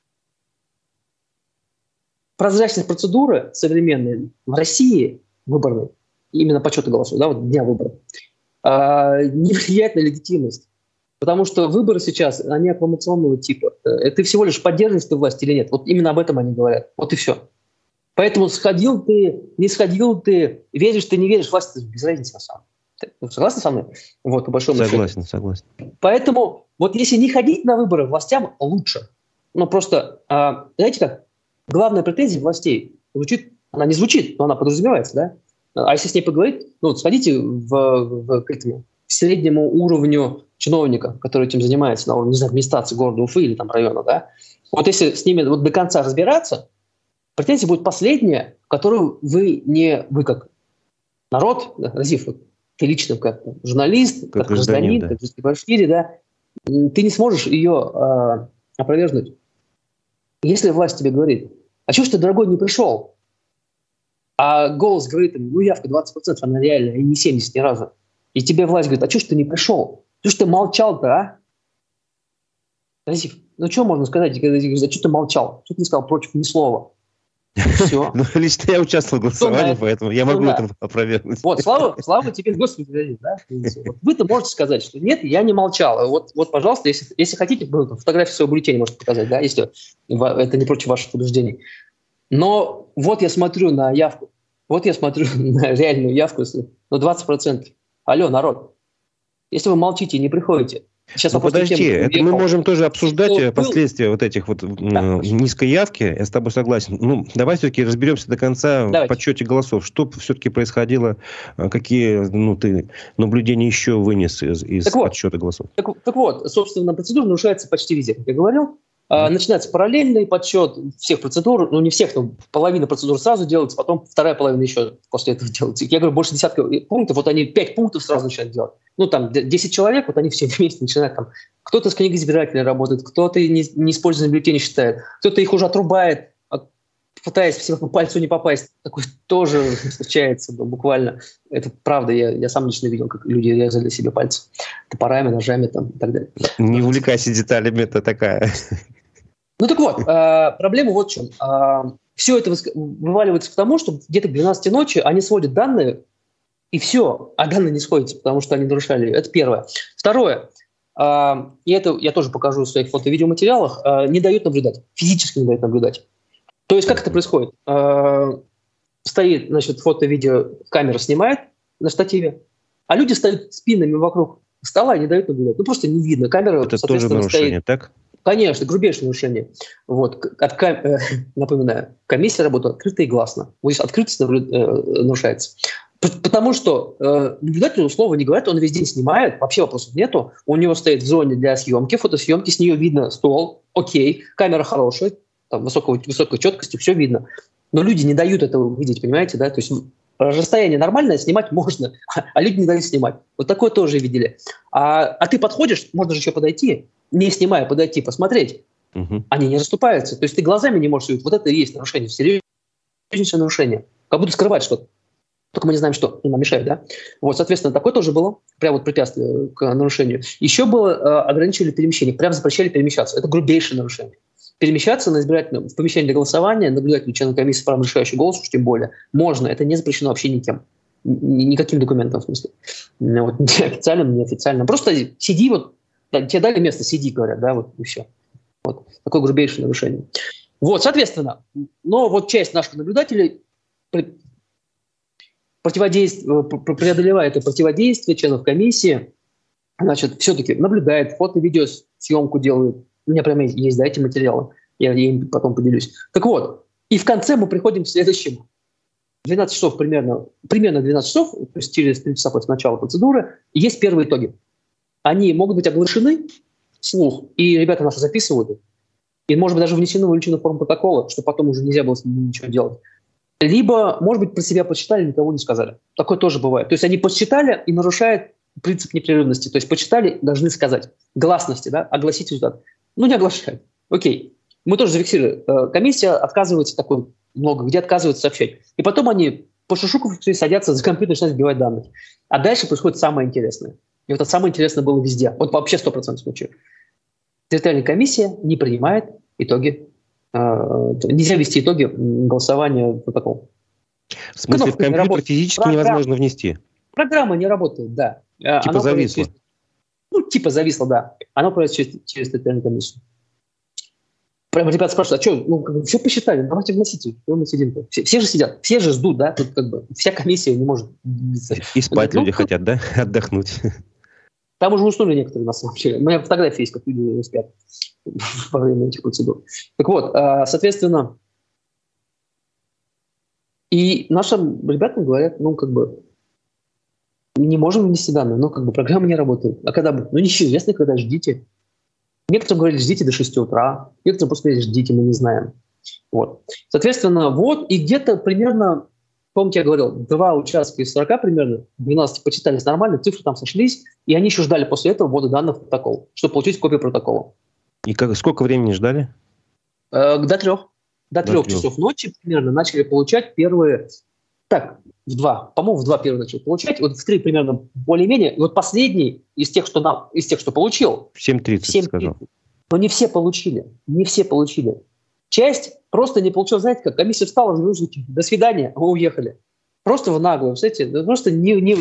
прозрачность процедуры современной в России, выборной, именно подсчета голосов, да, вот дня выборов, не влияет на легитимность. Потому что выборы сейчас, они аккламационного типа. Ты всего лишь поддерживаешь ты власть или нет. Вот именно об этом они говорят. Вот и все. Поэтому сходил ты, не сходил ты, веришь ты, не веришь, власть без разницы на самом деле. Ты согласны со мной? Вот, по большому счету. Согласен. Поэтому вот если не ходить на выборы, властям лучше. Ну просто, знаете как, главная претензия властей звучит, она не звучит, но она подразумевается, да? А если с ней поговорить, ну вот сходите к этому среднему уровню чиновника, который этим занимается на уровне, не знаю, администрации города Уфы или там района, да, вот если с ними вот до конца разбираться, претензия будет последняя, которую вы как народ, да, Разиф, вот, ты лично как журналист, как гражданин, как житель Башкирии, да, ты не сможешь ее опровергнуть. Если власть тебе говорит, а чего ж ты, дорогой, не пришел? А голос говорит, ну явка 20%, она реальная, и не 70 ни разу. И тебе власть говорит, а чего ж ты не пришел? Чего ж ты молчал-то, а? Разиф, ну что можно сказать, когда ты говоришь, а что ты молчал? Что ты не сказал против ни слова? Все. Ну, лично я участвовал в голосовании, поэтому я могу это опровергнуть. Вот, слава тебе, Господи, да? Вы-то можете сказать, что нет, я не молчал. Вот, пожалуйста, если хотите, фотографию своего бюллетеня можете показать, да, если это не против ваших убеждений. Но вот я смотрю на явку, вот я смотрю на реальную явку, ну 20%. Алло, народ, если вы молчите и не приходите, сейчас подожди, это мы можем тоже обсуждать последствия вот этих вот низкой явки, я с тобой согласен. Ну, давай все-таки разберемся до конца в подсчете голосов. Что все-таки происходило, какие ты наблюдения еще вынес из подсчета голосов? Так вот, собственно, процедура нарушается почти везде, как я говорил. Начинается параллельный подсчет всех процедур, ну не всех, но половина процедур сразу делается, потом вторая половина еще после этого делается. Я говорю, больше десятка пунктов, вот они 5 пунктов сразу начинают делать. Ну там 10 человек, вот они все вместе начинают там. Кто-то с книгой избирателя работает, кто-то неиспользованные бюллетени считает, кто-то их уже отрубает, пытаясь всем по пальцу не попасть. Такое тоже встречается буквально. Это правда, я сам лично видел, как люди резали себе пальцы топорами, ножами там, и так далее. Не увлекайся деталями, это такая... Ну так вот, проблема вот в чем. Все это вываливается к тому, что где-то к 12 ночи они сводят данные, и все, а данные не сходятся, потому что они нарушали. Это первое. Второе, и это я тоже покажу в своих фото- и видеоматериалах, не дают наблюдать, физически не дают наблюдать. То есть как это происходит? Стоит, значит, фото-видео, камера снимает на штативе, а люди стоят спинами вокруг стола и не дают наблюдать. Ну просто не видно. Камера, это тоже нарушение, стоит... так? Конечно, грубейшее нарушение. Вот. Напоминаю, комиссия работает открыто и гласно. Вот здесь открытость нарушается. Потому что наблюдателю слова не говорят, он весь день снимает, вообще вопросов нету. У него стоит в зоне для съемки, фотосъемки, с нее видно стол, окей, камера хорошая, там, высокой четкости, все видно. Но люди не дают этого видеть, понимаете, да? То есть расстояние нормальное, снимать можно, а люди не дают снимать. Вот такое тоже видели. А ты подходишь, можно же еще подойти, не снимая, подойти, посмотреть. Они не расступаются. То есть ты глазами не можешь увидеть. Вот это и есть нарушение, серьезнейшее нарушение. Как будто скрывать что-то. Только мы не знаем, что нам мешает, да? Вот, соответственно, такое тоже было, прям вот препятствие к нарушению. Еще было ограничивали перемещение, прям запрещали перемещаться. Это грубейшее нарушение. Перемещаться на избирательном, в помещении для голосования, наблюдателю, члену комиссии, правом решающий голос, уж тем более, можно. Это не запрещено вообще никем. Никаким документом, в смысле. Вот, ни официальным, ни официальным. Просто сиди, вот, тебе дали место, сиди, говорят, да, вот, и все. Вот. Такое грубейшее нарушение. Вот, соответственно, но вот часть наших наблюдателей преодолевает это противодействие членов комиссии, значит, все-таки наблюдает, фото-видеосъемку делает. У меня прямо есть, да, эти материалы. Я им потом поделюсь. Так вот, и в конце мы приходим к следующему. 12 часов примерно 12 часов, то есть через 3 часа после начала процедуры, есть первые итоги. Они могут быть оглашены вслух, и ребята наши записывают их. И, может быть, даже внесены в увеличенную форму протокола, чтобы потом уже нельзя было с ними ничего делать. Либо, может быть, про себя почитали, никого не сказали. Такое тоже бывает. То есть они посчитали и нарушают принцип непрерывности. То есть почитали, должны сказать. Гласности, да, огласить результат. Ну, не оглашают. Окей. Мы тоже зафиксировали. Комиссия отказывается, такой много, где отказывается сообщать. И потом они пошушукавшись садятся за компьютер и начинают вбивать данные. А дальше происходит самое интересное. И вот это самое интересное было везде. Вот вообще 100% случаев. Территориальная комиссия не принимает итоги, нельзя ввести итоги голосования в протокол. В смысле, в компьютер физически невозможно внести? Программа не работает, да. Типа зависла? Типа зависла, да. Она управляется через территориальную комиссию. Прям ребята спрашивают, а что, все посчитали, давайте вносите. Мы сидим. Все же сидят, все же ждут, да, тут вся комиссия не может... И спать люди хотят, да, отдохнуть. Там уже уснули некоторые, на самом деле. У меня фотографии есть, как люди спят во время этих процедур. Так вот, соответственно, и нашим ребятам говорят, не можем внести данные, программа не работает. А когда будет? Неизвестно, когда, ждите. Некоторым говорили, ждите до 6 утра, некоторым просто говорили, ждите, мы не знаем. Вот. Соответственно, и где-то примерно, помните, я говорил, 2 участка из 40 примерно, 12 почитались нормально, цифры там сошлись, и они еще ждали после этого ввода данных в протокол, чтобы получить копию протокола. И сколько времени ждали? До 3. До 3 часов ночи примерно начали получать первые... в 2. По-моему, в 2 первые начали получать. Вот в 3 примерно более-менее. И вот последний из тех, что получил... В 7:30 сказал. Но не все получили. Не все получили. Часть просто не получила. Знаете как? Комиссия встала, до свидания, вы уехали. Просто в наглую, представляете? Просто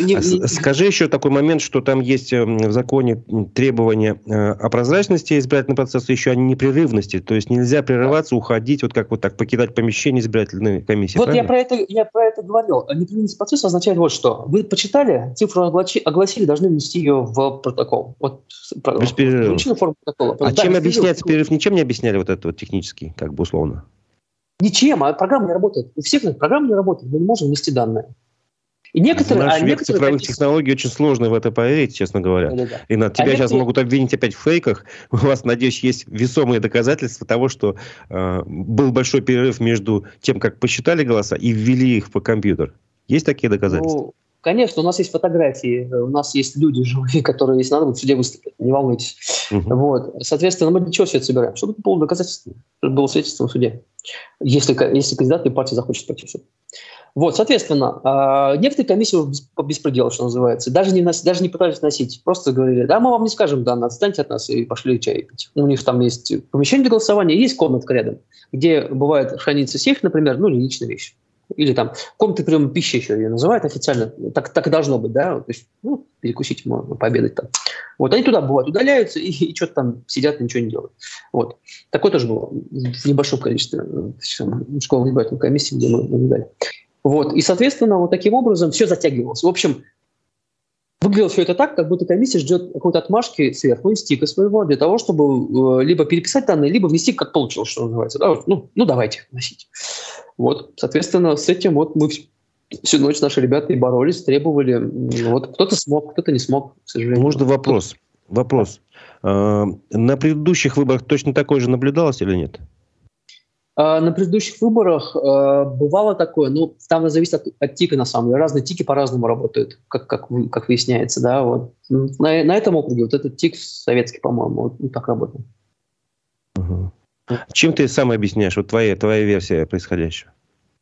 Скажи еще такой момент, что там есть в законе требования о прозрачности избирательного процесса, еще о непрерывности. То есть нельзя прерываться, уходить, покидать помещение избирательной комиссии. Вот я про это говорил. Непрерывность процесса означает вот что. Вы почитали, цифру огласили, должны внести ее в протокол. Без перерыва. Форму протокола. А чем объясняется перерыв? Ничем не объясняли вот это технически, условно? Ничем, а программа не работает. У всех программа не работает, мы не можем внести данные. И некоторые... Наш век цифровых технологий очень сложно в это поверить, честно говоря. Да. И тебя сейчас могут обвинить опять в фейках. У вас, надеюсь, есть весомые доказательства того, что был большой перерыв между тем, как посчитали голоса и ввели их по компьютер. Есть такие доказательства? Конечно, у нас есть фотографии, у нас есть люди живые, которые, если надо, в суде выступят, не волнуйтесь. Вот. Соответственно, мы для чего все это собираем? Чтобы это было доказательство, чтобы было свидетельство в суде, если кандидат и партия захочет пойти в суд. Вот, соответственно, некоторые комиссии беспредел, что называется, даже не пытались носить, просто говорили, да, мы вам не скажем, да, отстаньте от нас, и пошли чай пить. У них там есть помещение для голосования, есть комнатка рядом, где бывает хранится сейф, например, или личная вещь. Или там комнаты приема пищи еще ее называют официально. Так и должно быть, да? То есть, перекусить можно, пообедать там. Вот, они туда бывают, удаляются и что-то там сидят и ничего не делают. Вот. Такое тоже было в небольшом количестве школы избирательной комиссии, где мы наблюдали. Вот. И, соответственно, вот таким образом все затягивалось. В общем, выглядело все это так, как будто комиссия ждет какой-то отмашки сверху из ТИКа своего для того, чтобы либо переписать данные, либо внести как получилось, что называется. Да? Давайте вносить. Вот, соответственно, с этим мы всю ночь наши ребята и боролись, требовали. Кто-то смог, кто-то не смог, к сожалению. Можно вопрос? На предыдущих выборах точно такое же наблюдалось или нет? На предыдущих выборах бывало такое, но там зависит от ТИКа, на самом деле. Разные ТИКи по-разному работают, как выясняется. Да? Вот. На этом округе этот ТИК советский, по-моему, так работал. Угу. Чем ты сам объясняешь, твоя версия происходящего?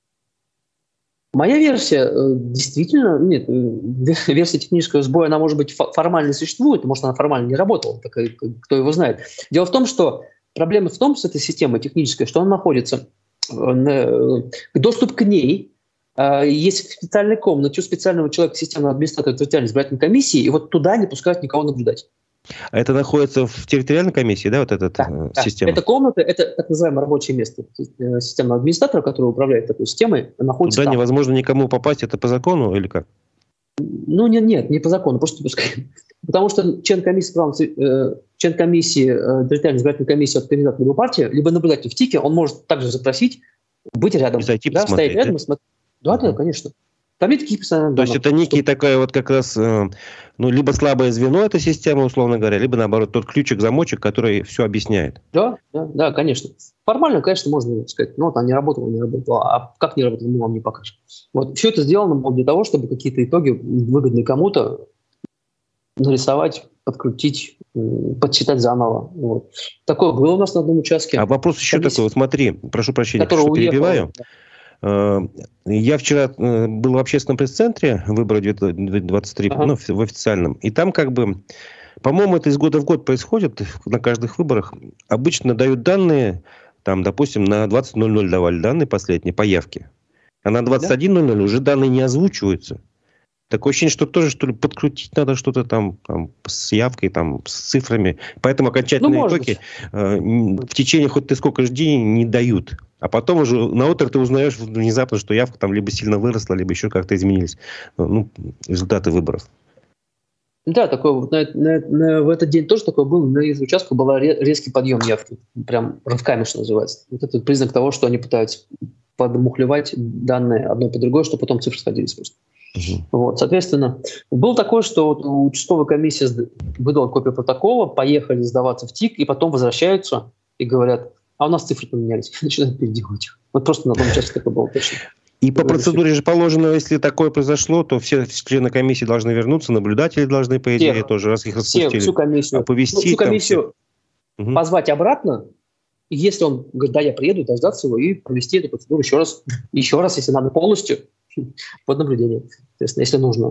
Моя версия, действительно, нет, версия технического сбоя, она, может быть, формально существует, может, она формально не работала, кто его знает. Дело в том, что проблема в том, с этой системой технической, что она находится, доступ к ней есть в специальной комнате у специального человека, системного администратора территориальной избирательной комиссии, и вот туда не пускают никого наблюдать. А это находится в территориальной комиссии, да, система? Эта комната, это так называемое рабочее место системного администратора, который управляет такой системой, находится туда там. Невозможно никому попасть, это по закону или как? Нет, не по закону, просто потому что член комиссии территориальной избирательной комиссии от кандидата либо партии, либо наблюдатель в ТИКе, он может также запросить быть рядом. Зайти посмотреть, стоять рядом и смотреть. Да, конечно. Там есть такие персонажи. То есть это некий такая как раз, либо слабое звено этой системы, условно говоря, либо наоборот тот ключик-замочек, который все объясняет. Да, конечно. Формально, конечно, можно сказать, она не работала, а как не работала, мы вам не покажем. Вот. Все это сделано было для того, чтобы какие-то итоги, выгодные кому-то, нарисовать, подкрутить, подсчитать заново. Вот. Такое было у нас на одном участке. А вопрос еще такой, смотри, прошу прощения, что перебиваю. Я вчера был в общественном пресс-центре выборов 2023, Ага. ну, в официальном. И там как бы, по-моему, это из года в год происходит на каждых выборах. Обычно дают данные, там, допустим, на 20:00 давали данные последние по явке. А на Да? 21:00 уже данные не озвучиваются. Такое ощущение, что тоже, что ли, подкрутить надо что-то там с явкой, там, с цифрами. Поэтому Ну, окончательные может итоги быть. в течение хоть ты сколько жди не дают. А потом уже на утро ты узнаешь внезапно, что явка там либо сильно выросла, либо еще как-то изменились. Ну, результаты выборов. Да, такой вот в этот день тоже такое было. На из участков был резкий подъем явки. Прям рывками, что называется. Вот это признак того, что они пытаются подмухлевать данные одно по другой, чтобы потом цифры сходились просто. Вот, соответственно, было такое, что вот участковая комиссия выдала копию протокола, поехали сдаваться в ТИК, и потом возвращаются и говорят, а у нас цифры поменялись, начинают переделывать их. Вот просто на том участке такое было точно. И по процедуре же положено, если такое произошло, то все члены комиссии должны вернуться, наблюдатели должны, по идее, тоже, раз их распустили, всю комиссию, оповестить. всю комиссию позвать обратно, и если он говорит, да, я приеду, дождаться его и провести эту процедуру еще раз, если надо, полностью под наблюдением, естественно, если нужно.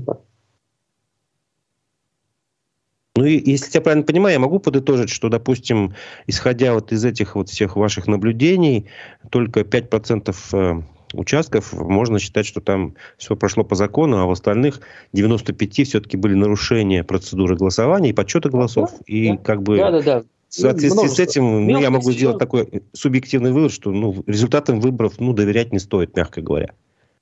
Ну, и если я правильно понимаю, я могу подытожить, что, допустим, исходя вот из этих вот всех ваших наблюдений, только 5% участков можно считать, что там все прошло по закону, а в остальных 95 все-таки были нарушения процедуры голосования и подсчета голосов. И как бы в соответствии с этим я могу сделать такой субъективный вывод, что результатам выборов доверять не стоит, мягко говоря.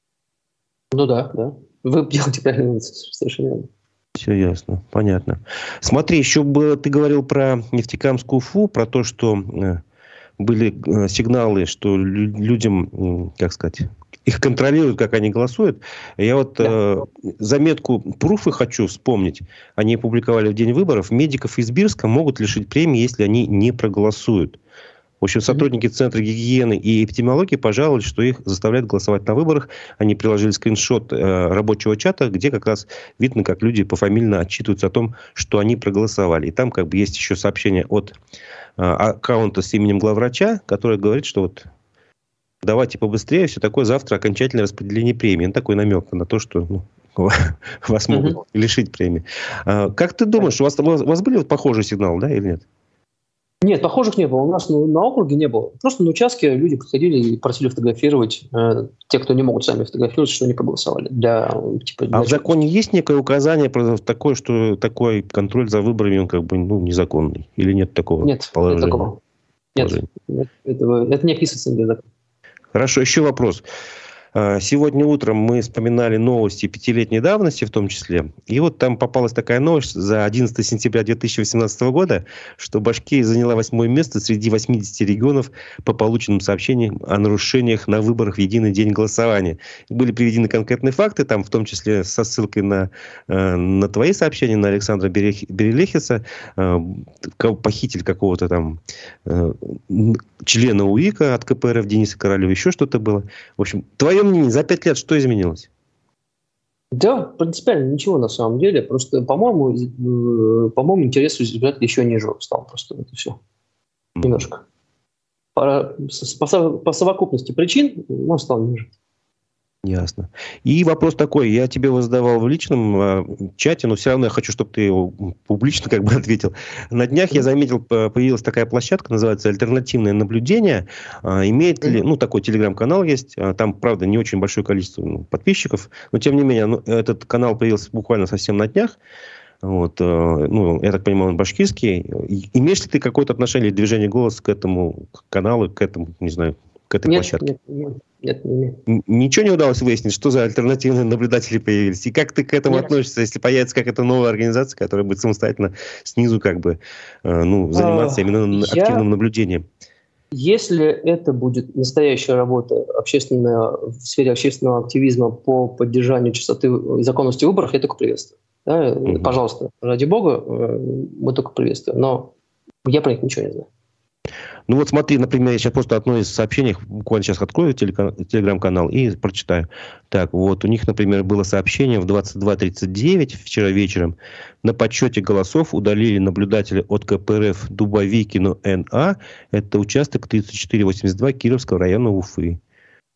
Ну да. Вы делаете правильно, совершенно верно. Все ясно, понятно. Смотри, еще ты говорил про Нефтекамскую Уфу, про то, что были сигналы, что людям, как сказать, их контролируют, как они голосуют. Я вот заметку Пруфы хочу вспомнить. Они опубликовали в день выборов. Медиков из Бирска могут лишить премии, если они не проголосуют. В общем, сотрудники Центра гигиены и эпидемиологии пожаловались, что их заставляют голосовать на выборах. Они приложили скриншот рабочего чата, где как раз видно, как люди пофамильно отчитываются о том, что они проголосовали. И там как бы есть еще сообщение от аккаунта с именем главврача, который говорит, что вот давайте побыстрее, все такое, завтра окончательное распределение премии. Ну, такой намек на то, что вас могут лишить премии. Как ты думаешь, у вас были вот похожие сигналы, да, или нет? Нет, похожих не было. У нас на округе не было. Просто на участке люди подходили и просили фотографировать те, кто не могут сами фотографировать, что они проголосовали. В законе есть некое указание про такое, что такой контроль за выборами, он как бы незаконный? Или нет такого положения? Нет такого. Нет, это не описывается нигде в законе. Хорошо, еще вопрос. Сегодня утром мы вспоминали новости 5-летней давности в том числе. И вот там попалась такая новость за 11 сентября 2018 года, что Башкирия заняла 8-е место среди 80 регионов по полученным сообщениям о нарушениях на выборах в единый день голосования. Были приведены конкретные факты, там в том числе со ссылкой на твои сообщения, на Александра Берелехиса, похитили какого-то там члена УИКа от КПРФ Дениса Королева, еще что-то было. В общем, твое мнение, за 5 лет что изменилось? Да, принципиально ничего на самом деле. Просто, по-моему, интерес у избирателей еще ниже стал. Просто это все. Немножко. По совокупности причин он стал ниже. Ясно. И вопрос такой, я тебе его задавал в личном чате, но все равно я хочу, чтобы ты его публично как бы ответил. На днях я заметил, появилась такая площадка, называется «Альтернативное наблюдение». Имеет ли, такой телеграм-канал есть, там, правда, не очень большое количество подписчиков, но тем не менее, этот канал появился буквально совсем на днях. Вот, я так понимаю, он башкирский. Имеешь ли ты какое-то отношение, движение «Голос» к этому каналу, к этому, не знаю, к этой площадке? Нет, не имею. Ничего не удалось выяснить, что за альтернативные наблюдатели появились? И как ты к этому относишься, если появится какая-то новая организация, которая будет самостоятельно снизу как бы заниматься именно активным наблюдением? Если это будет настоящая работа в сфере общественного активизма по поддержанию чистоты и законности выборов, я только приветствую. Да? Пожалуйста, ради бога, мы только приветствуем. Но я про них ничего не знаю. Ну вот смотри, например, я сейчас просто одно из сообщений, буквально сейчас открою телеграм-канал и прочитаю. Так, вот у них, например, было сообщение в 22:39 вчера вечером. На подсчете голосов удалили наблюдателя от КПРФ Дубовикину Н.А. Это участок 3482 Кировского района Уфы.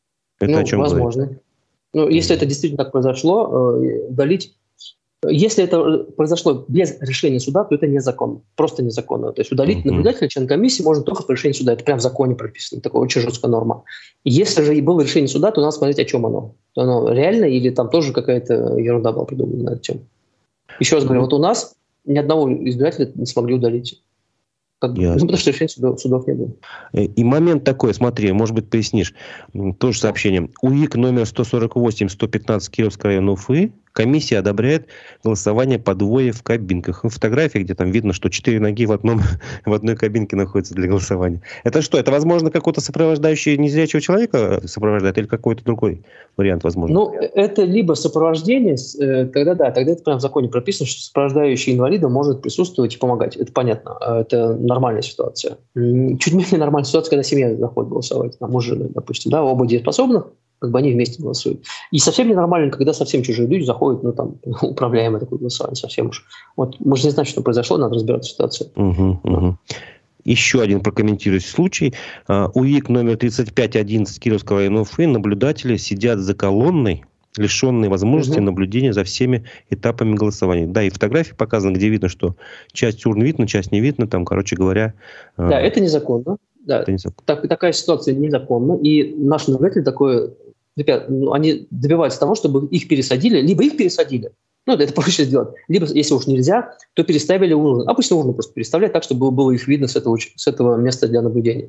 Это о чем возможно. говорит? Если это действительно так произошло, удалить... Если это произошло без решения суда, то это незаконно. Просто незаконно. То есть удалить наблюдателя, член комиссии можно только по решению суда. Это прямо в законе прописано. Такая очень жесткая норма. Если же и было решение суда, то надо смотреть, о чем оно. Оно реально или там тоже какая-то ерунда была придумана над чем. Еще раз говорю, вот у нас ни одного избирателя не смогли удалить. Потому что решения судов не было. И момент такой, смотри, может быть, пояснишь. Тоже сообщение. УИК номер 148-115 Кировского района Уфы. Комиссия одобряет голосование по двое в кабинках. Фотографии, где там видно, что 4 ноги в одной кабинке находятся для голосования. Это что? Это, возможно, какой-то сопровождающий незрячего человека сопровождает или какой-то другой вариант, возможно? Это либо сопровождение, тогда это прямо в законе прописано, что сопровождающий инвалида может присутствовать и помогать. Это понятно. Это нормальная ситуация. Чуть менее нормальная ситуация, когда семья заходит голосовать. Там муж, допустим, оба дееспособных, как бы они вместе голосуют. И совсем ненормально, когда совсем чужие люди заходят, управляемое такое голосование, совсем уж. Вот мы же не знаем, что произошло, надо разбираться в ситуации. Еще один прокомментирующий случай. УИК номер 3511 Кировского района Уфы. Наблюдатели сидят за колонной, лишенные возможности наблюдения за всеми этапами голосования. Да, и фотографии показаны, где видно, что часть урн видно, часть не видно. Там, короче говоря... Да, это незаконно. Да, такая ситуация незаконна. И наши наблюдатели ребят, они добиваются того, чтобы их пересадили, либо их пересадили. Это проще сделать. Либо, если уж нельзя, то переставили урны. Обычно урны просто переставлять так, чтобы было их видно с этого места для наблюдения.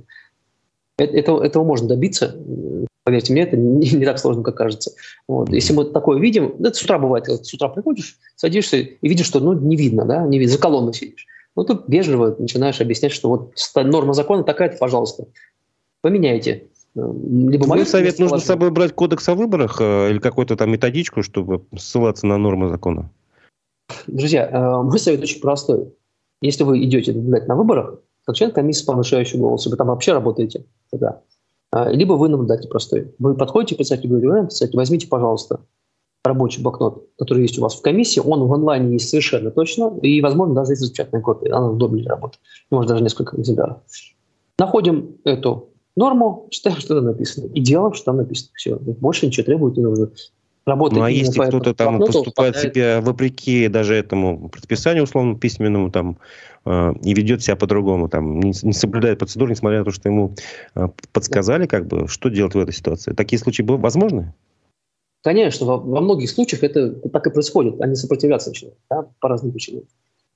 Этого можно добиться. Поверьте мне, это не так сложно, как кажется. Если мы такое видим, это с утра бывает. С утра приходишь, садишься и видишь, что не видно, да, не видно, за колонной сидишь. Тут вежливо начинаешь объяснять, что норма закона такая-то, пожалуйста, поменяйте. Твой совет, нужно с собой брать кодекс о выборах или какую-то там методичку, чтобы ссылаться на нормы закона? Друзья, мой совет очень простой. Если вы идете наблюдать на выборах, как член комиссии по повышающему голосу, вы там вообще работаете, тогда, либо вы наблюдатель простой. Вы подходите к председателю и говорите: возьмите, пожалуйста, рабочий блокнот, который есть у вас в комиссии, он в онлайне есть совершенно точно, и, возможно, даже есть распечатанная копия, она удобнее для работы. Может, даже несколько экземпляров. Находим эту норму, читаем, что там написано, и делаем, что там написано. Все, больше ничего требовать не нужно. А если кто-то там поступает себе вопреки даже этому предписанию условно письменному там и ведет себя по-другому, там не соблюдает процедуру, несмотря на то, что ему подсказали, что делать в этой ситуации? Такие случаи возможны? Конечно, во многих случаях это так и происходит. Они сопротивляться начинают, по разным причинам.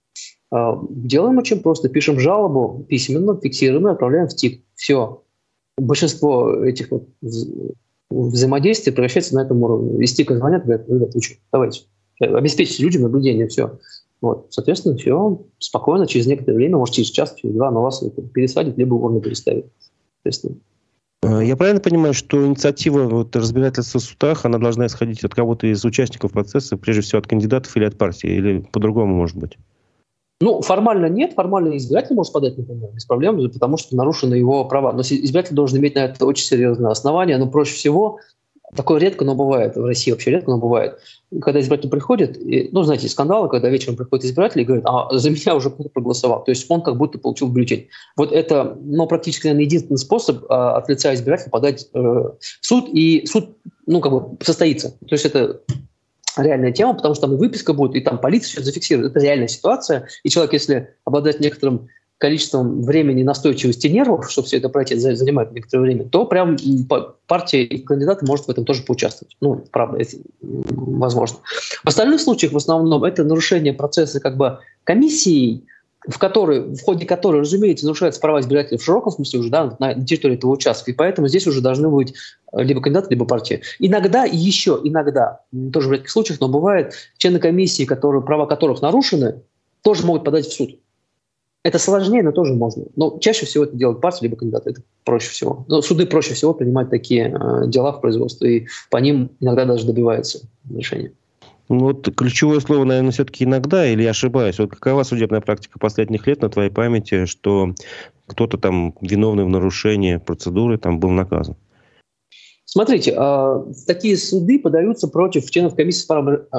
Делаем очень просто. Пишем жалобу письменно, фиксируем и отправляем в ТИК. Все. Большинство этих взаимодействий превращается на этом уровне. Из ТИКа звонят, говорят: ребят, давайте, обеспечьте людям наблюдение, все. Соответственно, все спокойно, через некоторое время, может, через час, через два, на вас пересадят, либо урну переставят. Я правильно понимаю, что инициатива разбирательства в судах, она должна исходить от кого-то из участников процесса, прежде всего от кандидатов или от партии, или по-другому может быть? Формально нет. Формально избиратель может подать, например, без проблем, потому что нарушены его права. Но избиратель должен иметь на это очень серьезное основание. Но проще всего, такое редко, но бывает, в России вообще редко, но бывает, когда избиратель приходит, знаете, скандалы, когда вечером приходит избиратель и говорит: за меня уже кто-то проголосовал. То есть он как будто получил бюллетень. Это, практически, наверное, единственный способ от лица избирателя подать в суд, и суд, состоится. То есть это реальная тема, потому что там и выписка будет, и там полиция все зафиксирует. Это реальная ситуация. И человек, если обладает некоторым количеством времени, настойчивости, нервов, чтобы все это пройти, занимает некоторое время, то прям партия и кандидаты может в этом тоже поучаствовать. Правда, это возможно. В остальных случаях, в основном, это нарушение процесса комиссией, в ходе которой, разумеется, нарушаются права избирателей в широком смысле уже, на территории этого участка. И поэтому здесь уже должны быть либо кандидаты, либо партии. Иногда, тоже в редких случаях, но бывает, члены комиссии, права которых нарушены, тоже могут подать в суд. Это сложнее, но тоже можно. Но чаще всего это делают партии, либо кандидаты. Это проще всего. Но суды проще всего принимать такие дела в производство, и по ним иногда даже добивается решения. Ключевое слово, наверное, все-таки иногда, или я ошибаюсь? Какова судебная практика последних лет на твоей памяти, что кто-то там виновный в нарушении процедуры был наказан? Смотрите, такие суды подаются против членов комиссии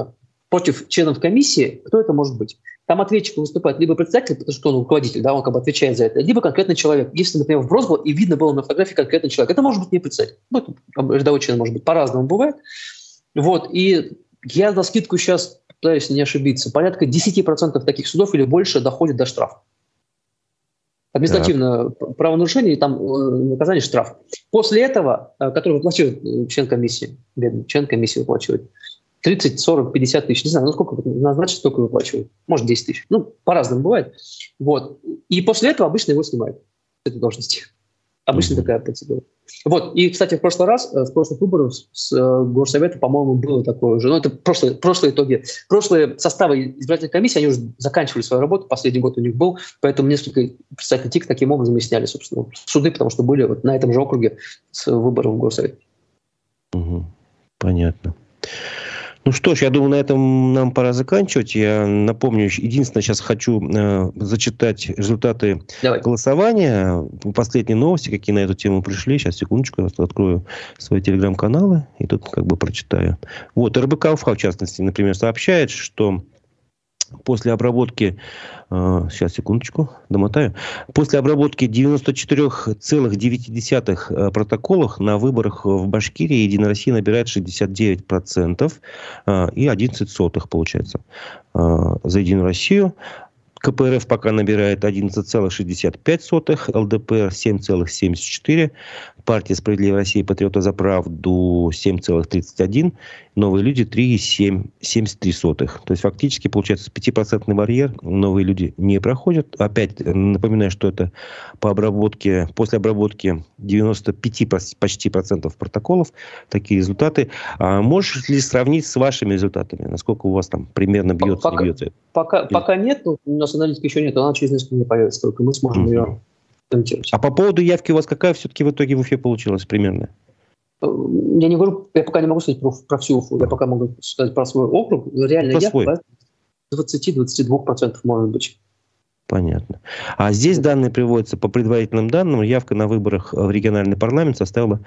против членов комиссии, кто это может быть? Там ответчиком выступает либо председатель, потому что он руководитель, да, он как бы отвечает за это, либо конкретный человек. Если, например, вброс был, и видно было на фотографии конкретный человек, это может быть не председатель. Ну, это рядовой член может быть, по-разному бывает. Вот, и я на скидку сейчас пытаюсь не ошибиться. Порядка 10% таких судов или больше доходит до штрафа. Административное правонарушение, там наказание штраф. После этого, который выплачивает член комиссии, бедный член комиссии выплачивает 30, 40, 50 тысяч, не знаю, ну сколько назначить, столько выплачивают. Может, 10 тысяч. Ну, по-разному бывает. Вот. И после этого обычно его снимают с этой должности. Обычно такая процедура. Вот. И, кстати, в прошлый раз, в прошлых выборах с Горсовета, по-моему, было такое уже. Ну, это прошлые итоги. Прошлые составы избирательной комиссии, они уже заканчивали свою работу. Последний год у них был. Поэтому несколько представителей ТИК таким образом и сняли, собственно, суды, потому что были вот на этом же округе с выборов в Горсовет. Понятно. Ну что ж, я думаю, на этом нам пора заканчивать. Я напомню, единственное, сейчас хочу зачитать результаты голосования. Последние новости, какие на эту тему пришли. Сейчас, секундочку, я открою свои телеграм-каналы и тут как бы прочитаю. Вот, РБК Уфа, в частности, например, сообщает, что после обработки, сейчас, секундочку, домотаю. После обработки 94,9 протоколов на выборах в Башкирии Единая Россия набирает 69% и 11 получается за Единую Россию. КПРФ пока набирает 11,65, ЛДПР 7,74, партия «Справедливая Россия» и «Патриоты за правду» 7,31, «Новые люди» 3,73. То есть, фактически, получается, 5% барьер новые люди не проходят. Опять напоминаю, что это по обработке, после обработки 95 почти процентов протоколов, такие результаты. А можешь ли сравнить с вашими результатами? Насколько у вас там примерно бьется, не бьется? Пока нет, у нас аналитики еще нет, она через несколько дней появится, только мы сможем ее комментировать. А по поводу явки у вас какая все-таки в итоге в Уфе получилась примерно? Я не говорю, я пока не могу сказать про всю Уфу, я пока могу сказать про свой округ. Реально явка 20-22% может быть. Понятно. А здесь данные приводятся по предварительным данным. Явка на выборах в региональный парламент составила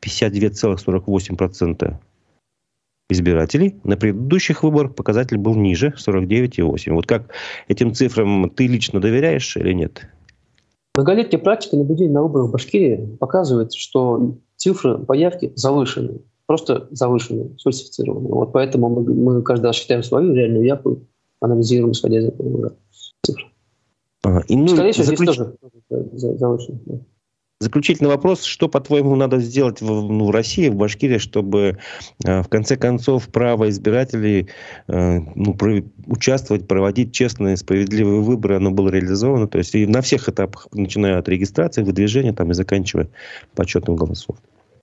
52,48% избирателей. На предыдущих выборах показатель был ниже, 49,8%. Вот как этим цифрам ты лично доверяешь или нет? Многолетняя практика наблюдения на выборах в Башкирии показывает, что цифры по явке завышены. Просто завышены, сфальсифицированы. Вот поэтому мы каждый раз считаем свою реальную явку, анализируем, исходя из этого цифр. Скорее всего, здесь тоже завышено. Да. Заключительный вопрос. Что, по-твоему, надо сделать в России, в Башкирии, чтобы, в конце концов, право избирателей участвовать, проводить честные, справедливые выборы, оно было реализовано? То есть и на всех этапах, начиная от регистрации, выдвижения там, и заканчивая подсчетом голосов.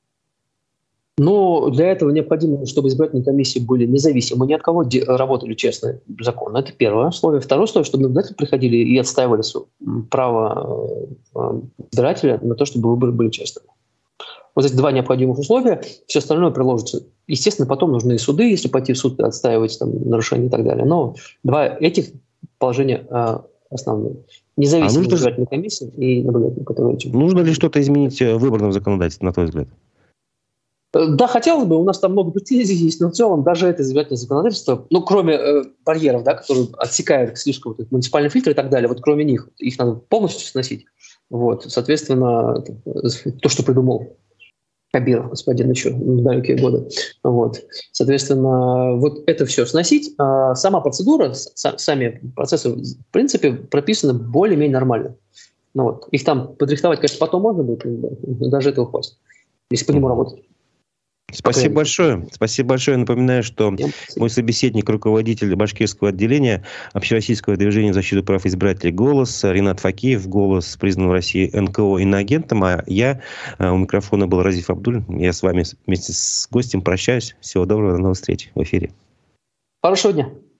Но для этого необходимо, чтобы избирательные комиссии были независимы, ни от кого работали честно, законно. Это первое условие. Второе условие, чтобы наблюдатели приходили и отстаивали право избирателя на то, чтобы выборы были честными. Вот эти два необходимых условия, все остальное приложится. Естественно, потом нужны и суды, если пойти в суд, отстаивать там, нарушения и так далее. Но два этих положения основные. Независимые избирательные комиссии и наблюдатели, которые... Нужно ли что-то изменить в выборном законодательстве, на твой взгляд? Да, хотелось бы, у нас там много претензий есть, но в целом даже это избирательное законодательство, ну, кроме барьеров, да, которые отсекают слишком муниципальные фильтры и так далее, вот кроме них, их надо полностью сносить. Вот, соответственно, то, что придумал Кабиров, господин, еще в далекие годы. Вот. Соответственно, вот это все сносить. А сама процедура, сами процессы, в принципе, прописаны более-менее нормально. Ну, вот. Их там подрихтовать, конечно, потом можно будет, но даже этого хватит, если по нему работать. Спасибо большое. Спасибо большое. Напоминаю, что мой собеседник, руководитель башкирского отделения Общероссийского движения защиты прав избирателей «Голос» Ринат Факиев. «Голос» признан в России НКО иноагентом, а я у микрофона был Разиф Абдуль. Я с вами вместе с гостем прощаюсь. Всего доброго, до новых встреч в эфире. Хорошего дня.